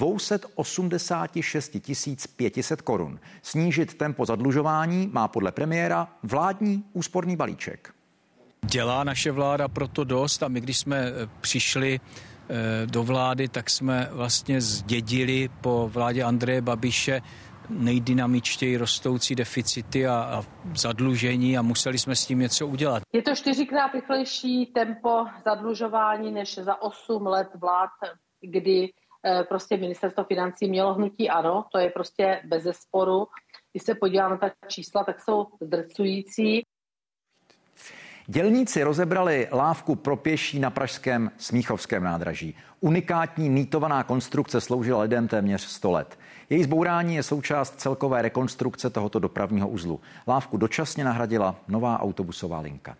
286 500 korun. Snížit tempo zadlužování má podle premiéra vládní úsporný balíček. Dělá naše vláda proto dost a my, když jsme přišli do vlády, tak jsme vlastně zdědili po vládě Andreje Babiše nejdynamičtěji rostoucí deficity a zadlužení a museli jsme s tím něco udělat. Je to 4krát rychlejší tempo zadlužování než za 8 let vlád, kdy prostě ministerstvo financí mělo hnutí ANO, to je prostě bezesporu. Když se podíváme na ta čísla, tak jsou zdrcující. Dělníci rozebrali lávku pro pěší na pražském Smíchovském nádraží. Unikátní nýtovaná konstrukce sloužila lidem téměř 100 let. Její zbourání je součást celkové rekonstrukce tohoto dopravního uzlu. Lávku dočasně nahradila nová autobusová linka.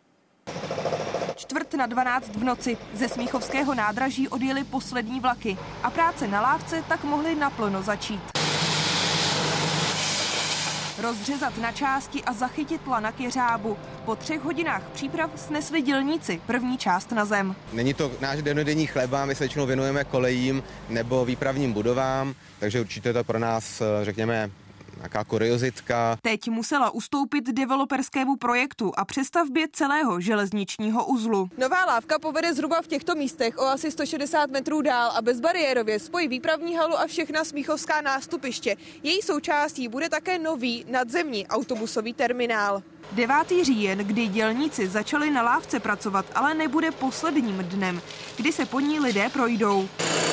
11:45 v noci ze Smíchovského nádraží odjeli poslední vlaky a práce na lávce tak mohly naplno začít. Rozřezat na části a zachytit lanak jeřábu. Po 3 hodinách příprav snesli dělníci první část na zem. Není to náš dennodenní chleba, my se většinou věnujeme kolejím nebo výpravním budovám, takže určitě je to pro nás, řekněme, nějaká kuriozitka. Teď musela ustoupit developerskému projektu a přestavbě celého železničního uzlu. Nová lávka povede zhruba v těchto místech o asi 160 metrů dál a bezbariérově spojí výpravní halu a všechna smíchovská nástupiště. Její součástí bude také nový nadzemní autobusový terminál. 9. říjen, kdy dělníci začali na lávce pracovat, ale nebude posledním dnem, kdy se po ní lidé projdou.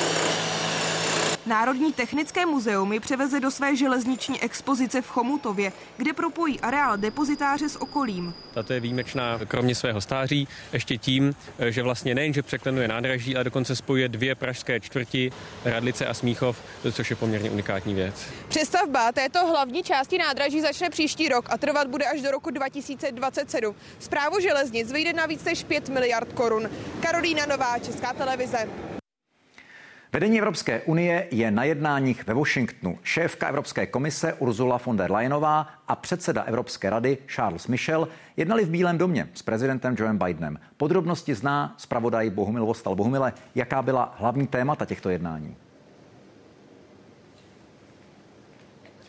Národní technické muzeum ji převeze do své železniční expozice v Chomutově, kde propojí areál depozitáře s okolím. Tato je výjimečná kromě svého stáří ještě tím, že vlastně nejenže překlenuje nádraží, ale dokonce spojuje 2 pražské čtvrti, Radlice a Smíchov, což je poměrně unikátní věc. Přestavba této hlavní části nádraží začne příští rok a trvat bude až do roku 2027. Správu železnic vyjde na víc než 5 miliard korun. Karolína Nová, Česká televize. Vedení Evropské unie je na jednáních ve Washingtonu. Šéfka Evropské komise Ursula von der Leyenová a předseda Evropské rady Charles Michel jednali v Bílém domě s prezidentem Joem Bidenem. Podrobnosti zná zpravodaj Bohumil Vostal. Bohumile, jaká byla hlavní témata těchto jednání?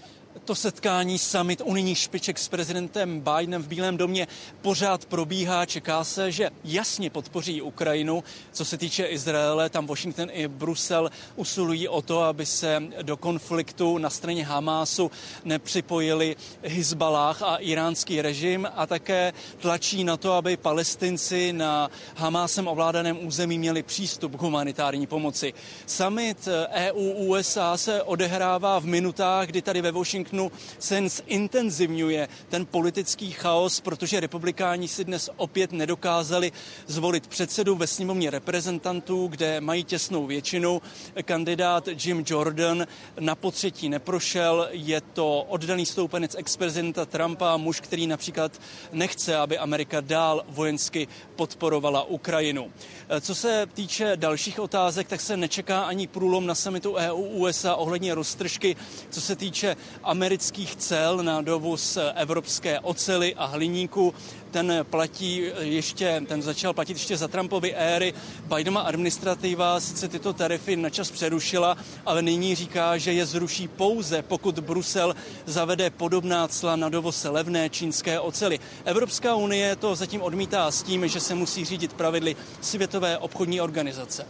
To setkání summit unijních špiček s prezidentem Bidenem v Bílém domě pořád probíhá. Čeká se, že jasně podpoří Ukrajinu. Co se týče Izraele, tam Washington i Brusel usilují o to, aby se do konfliktu na straně Hamásu nepřipojili Hizballáh a iránský režim a také tlačí na to, aby Palestinci na Hamásem ovládaném území měli přístup k humanitární pomoci. Summit EU-USA se odehrává v minutách, kdy tady ve Washingtonu se intenzivňuje ten politický chaos, protože republikáni si dnes opět nedokázali zvolit předsedu ve sněmovně reprezentantů, kde mají těsnou většinu. Kandidát Jim Jordan na potřetí neprošel. Je to oddaný stoupenec ex-prezidenta Trumpa, muž, který například nechce, aby Amerika dál vojensky podporovala Ukrajinu. Co se týče dalších otázek, tak se nečeká ani průlom na summitu EU-USA ohledně roztržky, co se týče amerických cel na dovoz evropské oceli a hliníku. Ten začal platit ještě za Trumpovy éry. Bidenova administrativa sice tyto tarify načas přerušila, ale nyní říká, že je zruší pouze, pokud Brusel zavede podobná cla na dovoz levné čínské oceli. Evropská unie to zatím odmítá s tím, že se musí řídit pravidly Světové obchodní organizace.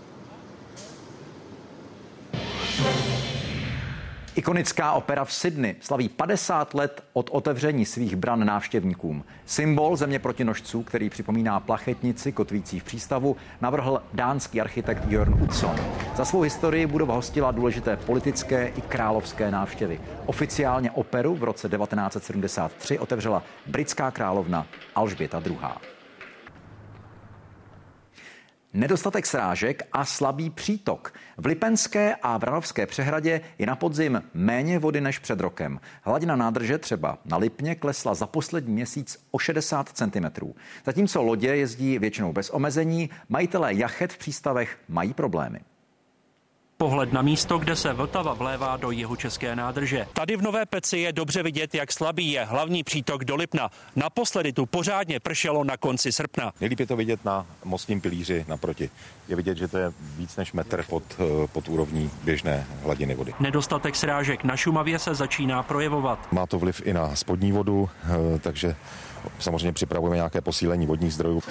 Ikonická opera v Sydney slaví 50 let od otevření svých bran návštěvníkům. Symbol země protinožců, který připomíná plachetnici kotvící v přístavu, navrhl dánský architekt Jørn Utzon. Za svou historii budova hostila důležité politické i královské návštěvy. Oficiálně operu v roce 1973 otevřela britská královna Alžběta II. Nedostatek srážek a slabý přítok. V Lipenské a Vranovské přehradě je na podzim méně vody než před rokem. Hladina nádrže třeba na Lipně klesla za poslední měsíc o 60 cm. Zatímco lodě jezdí většinou bez omezení, majitelé jachet v přístavech mají problémy. Pohled na místo, kde se Vltava vlévá do jihočeské nádrže. Tady v Nové Peci je dobře vidět, jak slabý je hlavní přítok do Lipna. Naposledy tu pořádně pršelo na konci srpna. Nejlíp je to vidět na mostním pilíři naproti. Je vidět, že to je víc než metr pod úrovní běžné hladiny vody. Nedostatek srážek na Šumavě se začíná projevovat. Má to vliv i na spodní vodu, takže samozřejmě připravujeme nějaké posílení vodních zdrojů.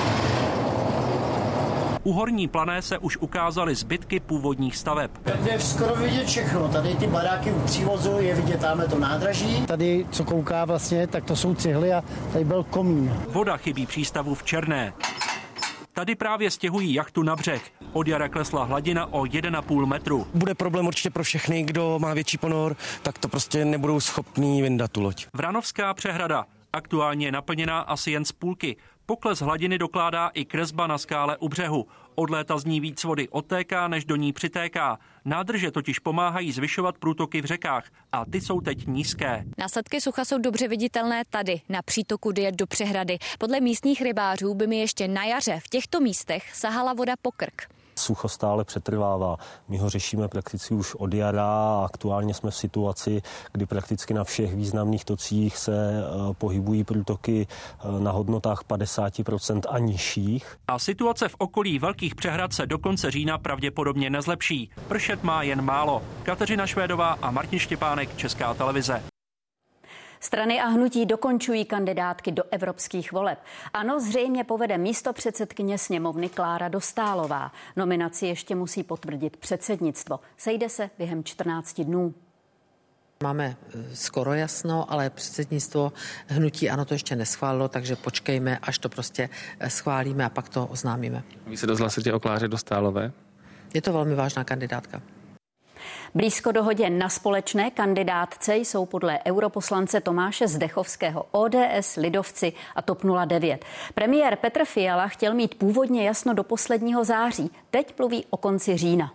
U Horní Plané se už ukázaly zbytky původních staveb. Tady je skoro vidět všechno. Tady ty baráky u přívozu, je vidět tamhle to nádraží. Tady, co kouká vlastně, tak to jsou cihly a tady byl komín. Voda chybí přístavu v Černé. Tady právě stěhují jachtu na břeh. Od jara klesla hladina o 1,5 metru. Bude problém určitě pro všechny, kdo má větší ponor, tak to prostě nebudou schopní vyndat tu loď. Vranovská přehrada. Aktuálně je naplněná asi jen z půlky. Pokles hladiny dokládá i kresba na skále u břehu. Od léta z ní víc vody odtéká, než do ní přitéká. Nádrže totiž pomáhají zvyšovat průtoky v řekách a ty jsou teď nízké. Následky sucha jsou dobře viditelné tady, na přítoku Dyje do přehrady. Podle místních rybářů by mi ještě na jaře v těchto místech sahala voda po krk. Sucho stále přetrvává. My ho řešíme prakticky už od jara a aktuálně jsme v situaci, kdy prakticky na všech významných tocích se pohybují průtoky na hodnotách 50% a nižších. A situace v okolí velkých přehrad se do konce října pravděpodobně nezlepší. Pršet má jen málo. Kateřina Švédová a Martin Štěpánek, Česká televize. Strany a hnutí dokončují kandidátky do evropských voleb. ANO zřejmě povede místopředsedkyně sněmovny Klára Dostálová. Nominaci ještě musí potvrdit předsednictvo. Sejde se během 14 dnů. Máme skoro jasno, ale předsednictvo hnutí ANO to ještě neschválilo, takže počkejme, až to prostě schválíme a pak to oznámíme. Vy se dost hlasujete o Kláře Dostálové? Je to velmi vážná kandidátka. Blízko dohodě na společné kandidátce jsou podle europoslance Tomáše Zdechovského ODS, lidovci a TOP 09. Premiér Petr Fiala chtěl mít původně jasno do posledního září. Teď mluví o konci října.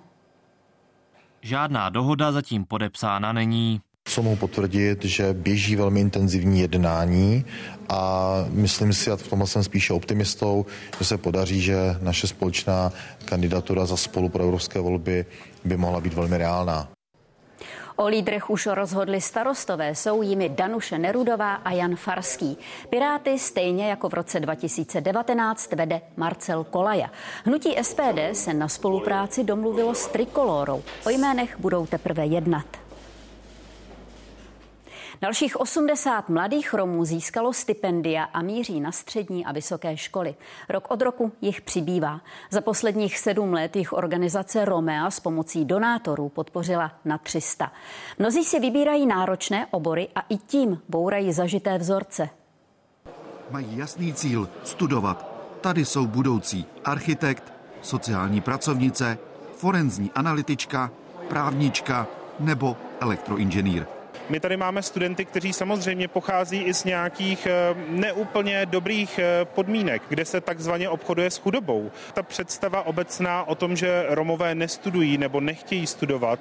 Žádná dohoda zatím podepsána není. Co mohu potvrdit, že běží velmi intenzivní jednání a myslím si, a v tomhle jsem spíše optimistou, že se podaří, že naše společná kandidatura za Spolu pro evropské volby by mohla být velmi reálná. O lídrech už rozhodli starostové, jsou jimi Danuše Nerudová a Jan Farský. Piráty stejně jako v roce 2019 vede Marcel Kolaja. Hnutí SPD se na spolupráci domluvilo s Trikolórou. O jménech budou teprve jednat. Dalších 80 mladých Romů získalo stipendia a míří na střední a vysoké školy. Rok od roku jich přibývá. Za posledních 7 let jich organizace Romea s pomocí donátorů podpořila na 300. Mnozí si vybírají náročné obory a i tím bourají zažité vzorce. Mají jasný cíl – studovat. Tady jsou budoucí architekt, sociální pracovnice, forenzní analytička, právnička nebo elektroinženýr. My tady máme studenty, kteří samozřejmě pochází i z nějakých neúplně dobrých podmínek, kde se takzvaně obchoduje s chudobou. Ta představa obecná o tom, že Romové nestudují nebo nechtějí studovat,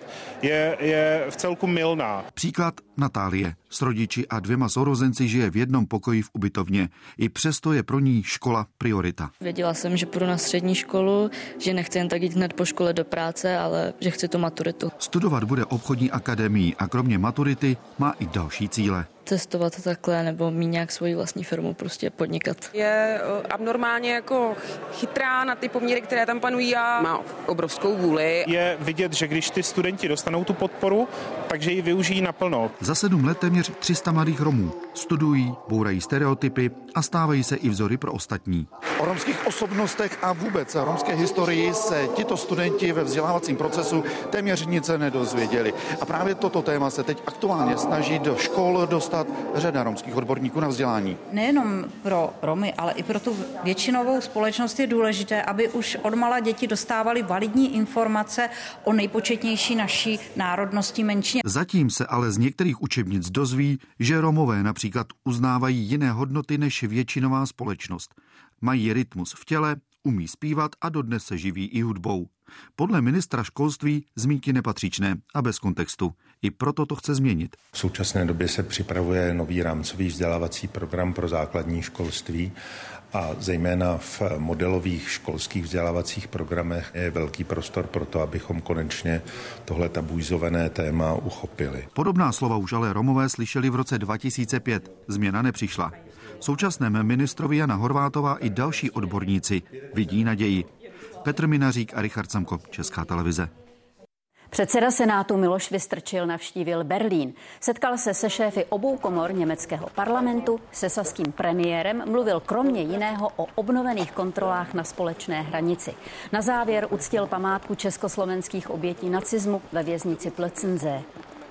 je vcelku mylná. Příklad Natálie. S rodiči a 2 sourozenci žije v jednom pokoji v ubytovně. I přesto je pro ní škola priorita. Věděla jsem, že půjdu na střední školu, že nechci jen tak jít hned po škole do práce, ale že chci tu maturitu. Studovat bude obchodní akademii a kromě maturity má i další cíle. Cestovat takhle nebo mít nějak svoji vlastní firmu, prostě podnikat. Je abnormálně jako chytrá na ty poměry, které tam panují a má obrovskou vůli. Je vidět, že když ty studenti dostanou tu podporu, takže ji využijí naplno. Za 7 let téměř 300 mladých Romů studují, bourají stereotypy a stávají se i vzory pro ostatní. O romských osobnostech a vůbec romské historii se tito studenti ve vzdělávacím procesu téměř nic nedozvěděli. A právě toto téma se teď aktuálně snaží do škol dostat řada romských odborníků na vzdělání. Nejenom pro Romy, ale i pro tu většinovou společnost je důležité, aby už odmala děti dostávaly validní informace o nejpočetnější naší národnosti menšině. Zatím se ale z některých učebnic dozví, že Romové například uznávají jiné hodnoty než většinová společnost. Mají rytmus v těle, umí zpívat a dodnes se živí i hudbou. Podle ministra školství zmínky nepatřičné a bez kontextu. I proto to chce změnit. V současné době se připravuje nový rámcový vzdělávací program pro základní školství a zejména v modelových školských vzdělávacích programech je velký prostor pro to, abychom konečně tohle tabuizované téma uchopili. Podobná slova už ale Romové slyšeli v roce 2005. Změna nepřišla. Současném ministrovi Jana Horvátová i další odborníci vidí naději. Petr Minařík a Richard Samko, Česká televize. Předseda Senátu Miloš Vystrčil navštívil Berlín. Setkal se se šéfy obou komor německého parlamentu, se saským premiérem, mluvil kromě jiného o obnovených kontrolách na společné hranici. Na závěr uctil památku československých obětí nacismu ve věznici Plötzensee.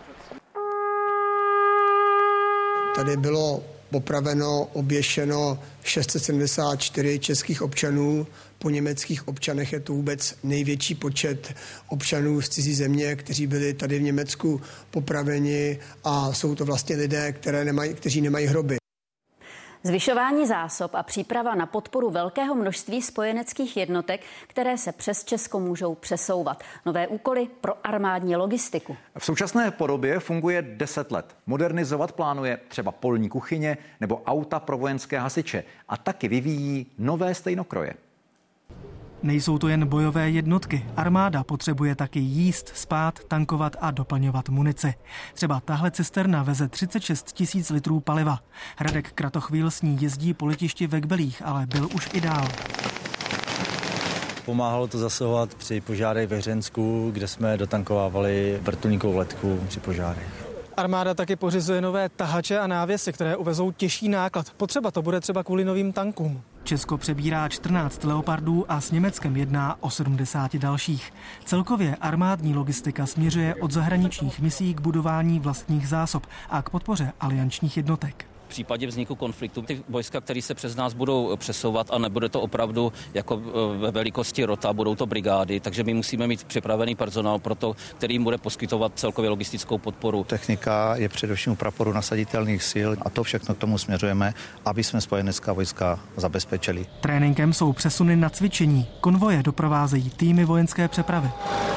Tady bylo popraveno, oběšeno 674 českých občanů. Po německých občanech je to vůbec největší počet občanů z cizí země, kteří byli tady v Německu popraveni a jsou to vlastně lidé, kteří nemají hroby. Zvyšování zásob a příprava na podporu velkého množství spojeneckých jednotek, které se přes Česko můžou přesouvat. Nové úkoly pro armádní logistiku. V současné podobě funguje 10 let. Modernizovat plánuje třeba polní kuchyně nebo auta pro vojenské hasiče a taky vyvíjí nové stejnokroje. Nejsou to jen bojové jednotky. Armáda potřebuje taky jíst, spát, tankovat a doplňovat munici. Třeba tahle cisterna veze 36 000 litrů paliva. Radek Kratochvíl s ní jezdí po letišti ve Kbelích, ale byl už i dál. Pomáhalo to zasahovat při požárech ve Hřensku, kde jsme dotankovávali vrtulníkovou letku při požárech. Armáda taky pořizuje nové tahače a návěsy, které uvezou těžší náklad. Potřeba to bude třeba kvůli novým tankům. Česko přebírá 14 Leopardů a s Německem jedná o 70 dalších. Celkově armádní logistika směřuje od zahraničních misí k budování vlastních zásob a k podpoře aliančních jednotek. V případě vzniku konfliktu ty vojska, které se přes nás budou přesouvat a nebude to opravdu jako ve velikosti rota, budou to brigády, takže my musíme mít připravený personál pro to, který jim bude poskytovat celkově logistickou podporu. Technika je především u praporu nasaditelných sil a to všechno k tomu směřujeme, aby jsme spojenecká vojska zabezpečili. Tréninkem jsou přesuny na cvičení. Konvoje doprovázejí týmy vojenské přepravy.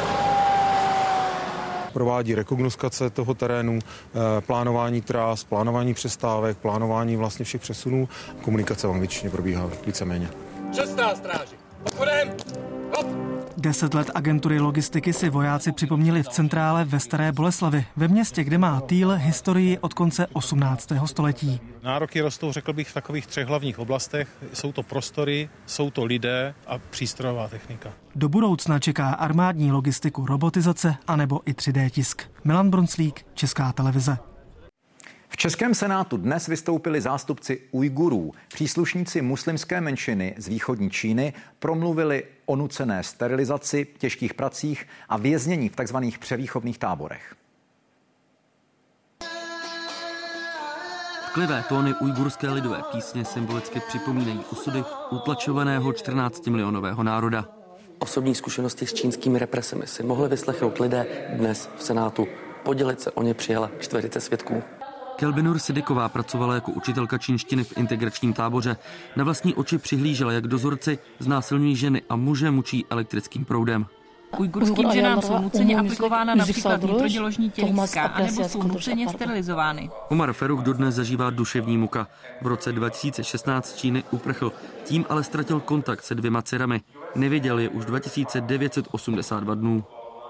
Provádí rekognoskace toho terénu, plánování tras, plánování přestávek, plánování vlastně všech přesunů. Komunikace v angličtině probíhá víceméně. 16 stráži. Odchodem! 10 let agentury logistiky si vojáci připomněli v centrále ve Staré Boleslavi, ve městě, kde má Týl historii od konce 18. století. Nároky rostou, řekl bych, v takových 3 hlavních oblastech. Jsou to prostory, jsou to lidé a přístrojová technika. Do budoucna čeká armádní logistiku robotizace anebo i 3D tisk. Milan Brunclík, Česká televize. V českém senátu dnes vystoupili zástupci Ujgurů. Příslušníci muslimské menšiny z východní Číny promluvili o nucené sterilizaci, těžkých pracích a věznění v tzv. Převýchovných táborech. Tklivé tóny ujgurské lidové písně symbolicky připomínají osudy utlačovaného 14milionového národa. Osobní zkušenosti s čínskými represemi si mohli vyslechnout lidé dnes v Senátu. Podělit se o ně přijala čtveřice svědků. Kelbinur Sidiková pracovala jako učitelka čínštiny v integračním táboře. Na vlastní oči přihlížela, jak dozorci znásilňují ženy a muže mučí elektrickým proudem. Ujgurským ženám jsou nuceně aplikována například nitroděložní tělíska, anebo jsou nuceně sterilizovány. Omar Ferruch dodnes zažívá duševní muka. V roce 2016 z Číny uprchl, tím ale ztratil kontakt se 2 dcerami. Neviděl je už 2982 dnů.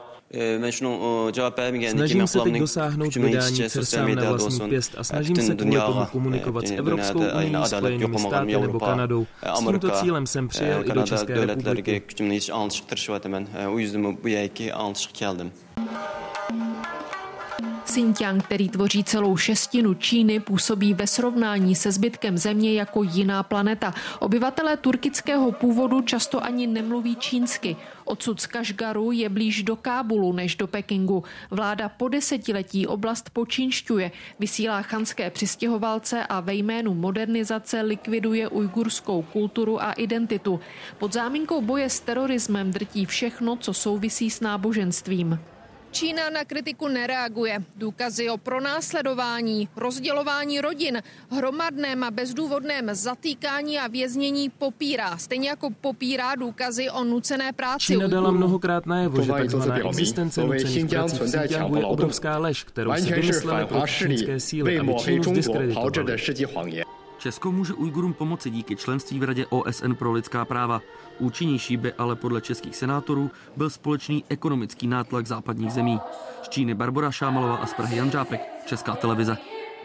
Snažím se teď dosáhnout vydání dcer sám na vlastní pěst a snažím se kvůli tomu komunikovat s Evropskou unií, Spojenými státy nebo Kanadou. S tímto cílem jsem přijel i do České republiky. Xinjiang, který tvoří celou šestinu Číny, působí ve srovnání se zbytkem země jako jiná planeta. Obyvatelé turkického původu často ani nemluví čínsky. Odsud z Kašgaru je blíž do Kábulu než do Pekingu. Vláda po desetiletí oblast počínšťuje, vysílá chanské přistěhovalce a ve jménu modernizace likviduje ujgurskou kulturu a identitu. Pod záminkou boje s terorismem drtí všechno, co souvisí s náboženstvím. Čína na kritiku nereaguje. Důkazy o pronásledování, rozdělování rodin, hromadném a bezdůvodném zatýkání a věznění popírá. Stejně jako popírá důkazy o nucené práci. Čína dala mnohokrát najevo, že takzvaná existence nucených prací v Xinjiangu je obrovská lež, kterou si vymysleli pro čínské síly, aby Čínu zdiskreditovali. Česko může Ujgurům pomoci díky členství v Radě OSN pro lidská práva. Účinnější by ale podle českých senátorů byl společný ekonomický nátlak západních zemí. Z Číny Barbora Šámalová a z Prahy Jan Řápek, Česká televize.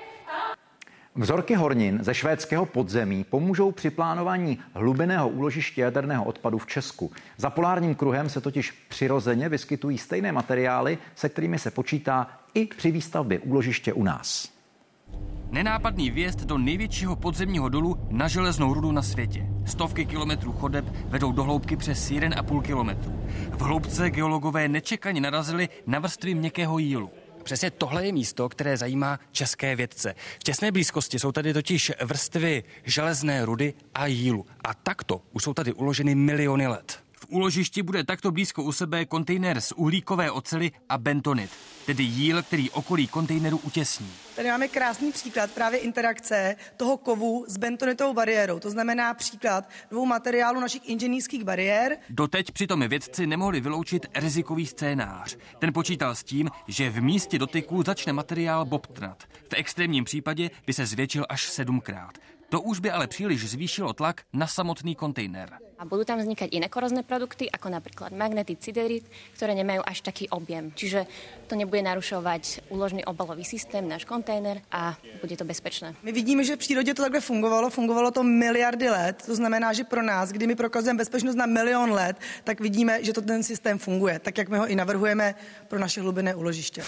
Vzorky hornin ze švédského podzemí pomůžou při plánování hlubinného úložiště jaderného odpadu v Česku. Za polárním kruhem se totiž přirozeně vyskytují stejné materiály, se kterými se počítá i při výstavbě úložiště u nás. Nenápadný vjezd do největšího podzemního dolu na železnou rudu na světě. Stovky kilometrů chodeb vedou do hloubky přes 1,5 kilometru. V hloubce geologové nečekaně narazili na vrstvy měkkého jílu. Přesně tohle je místo, které zajímá české vědce. V těsné blízkosti jsou tady totiž vrstvy železné rudy a jílu. A takto už jsou tady uloženy miliony let. V úložišti bude takto blízko u sebe kontejner z uhlíkové oceli a bentonit, tedy jíl, který okolí kontejneru utěsní. Tady máme krásný příklad právě interakce toho kovu s bentonitovou bariérou. To znamená příklad 2 materiálů našich inženýrských bariér. Doteď přitom vědci nemohli vyloučit rizikový scénář. Ten počítal s tím, že v místě dotyku začne materiál bobtnat. V extrémním případě by se zvětšil až 7krát. To už by ale příliš zvýšilo tlak na samotný kontejner. A budú tam vznikať iné korozné produkty, ako napríklad magnetit, siderit, ktoré nemajú až taký objem. Čiže to nebude narušovať úložný obalový systém, náš kontejner a bude to bezpečné. My vidíme, že v přírodě to takhle fungovalo to miliardy let. To znamená, že pro nás, kdy my prokazujeme bezpečnost na 1 000 000 let, tak vidíme, že to ten systém funguje, tak jak my ho i navrhujeme pro naše hlubinné úložiště.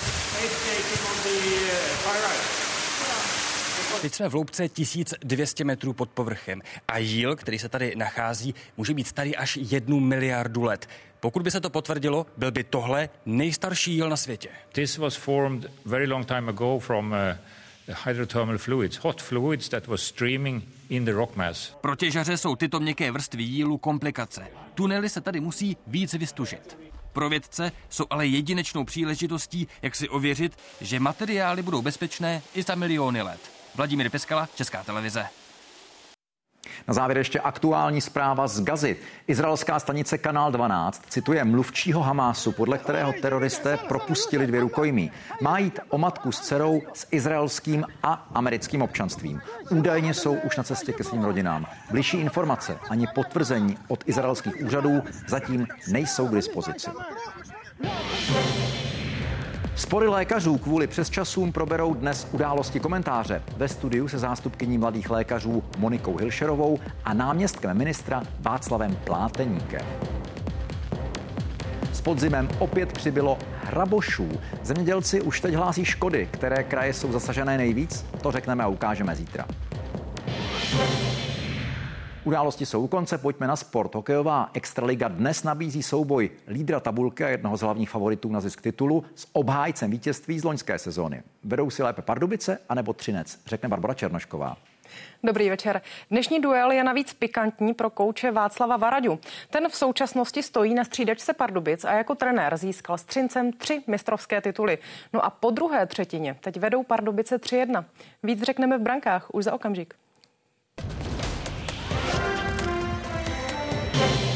Teď jsme v hloubce 1200 metrů pod povrchem a jíl, který se tady nachází, může být starý až 1 miliardu let. Pokud by se to potvrdilo, byl by tohle nejstarší jíl na světě. This was formed very long time ago from hydrothermal fluids, hot fluids that was streaming in the rock mass. Pro těžaře jsou tyto měkké vrstvy jílu komplikace. Tunely se tady musí víc vystužit. Pro vědce jsou ale jedinečnou příležitostí, jak si ověřit, že materiály budou bezpečné i za miliony let. Vladimír Piskala, Česká televize. Na závěr ještě aktuální zpráva z Gazy. Izraelská stanice Kanál 12 cituje mluvčího Hamásu, podle kterého teroristé propustili 2 rukojmí. Má jít o matku s dcerou s izraelským a americkým občanstvím. Údajně jsou už na cestě ke svým rodinám. Bližší informace ani potvrzení od izraelských úřadů zatím nejsou k dispozici. Spory lékařů kvůli přesčasům proberou dnes Události komentáře. Ve studiu se zástupkyní mladých lékařů Monikou Hilšerovou a náměstkem ministra Václavem Pláteníkem. S podzimem opět přibylo hrabošů. Zemědělci už teď hlásí škody, které kraje jsou zasažené nejvíc. To řekneme a ukážeme zítra. Události jsou u konce, pojďme na sport. Hokejová extraliga dnes nabízí souboj lídra tabulky a jednoho z hlavních favoritů na zisk titulu s obhájcem vítězství z loňské sezóny. Vedou si lépe Pardubice anebo Třinec, řekne Barbora Černošková. Dobrý večer. Dnešní duel je navíc pikantní pro kouče Václava Varaďu. Ten v současnosti stojí na střídačce Pardubic a jako trenér získal s Třincem 3 mistrovské tituly. No a po druhé třetině teď vedou Pardubice 3-1. Víc řekneme v brankách už za okamžik.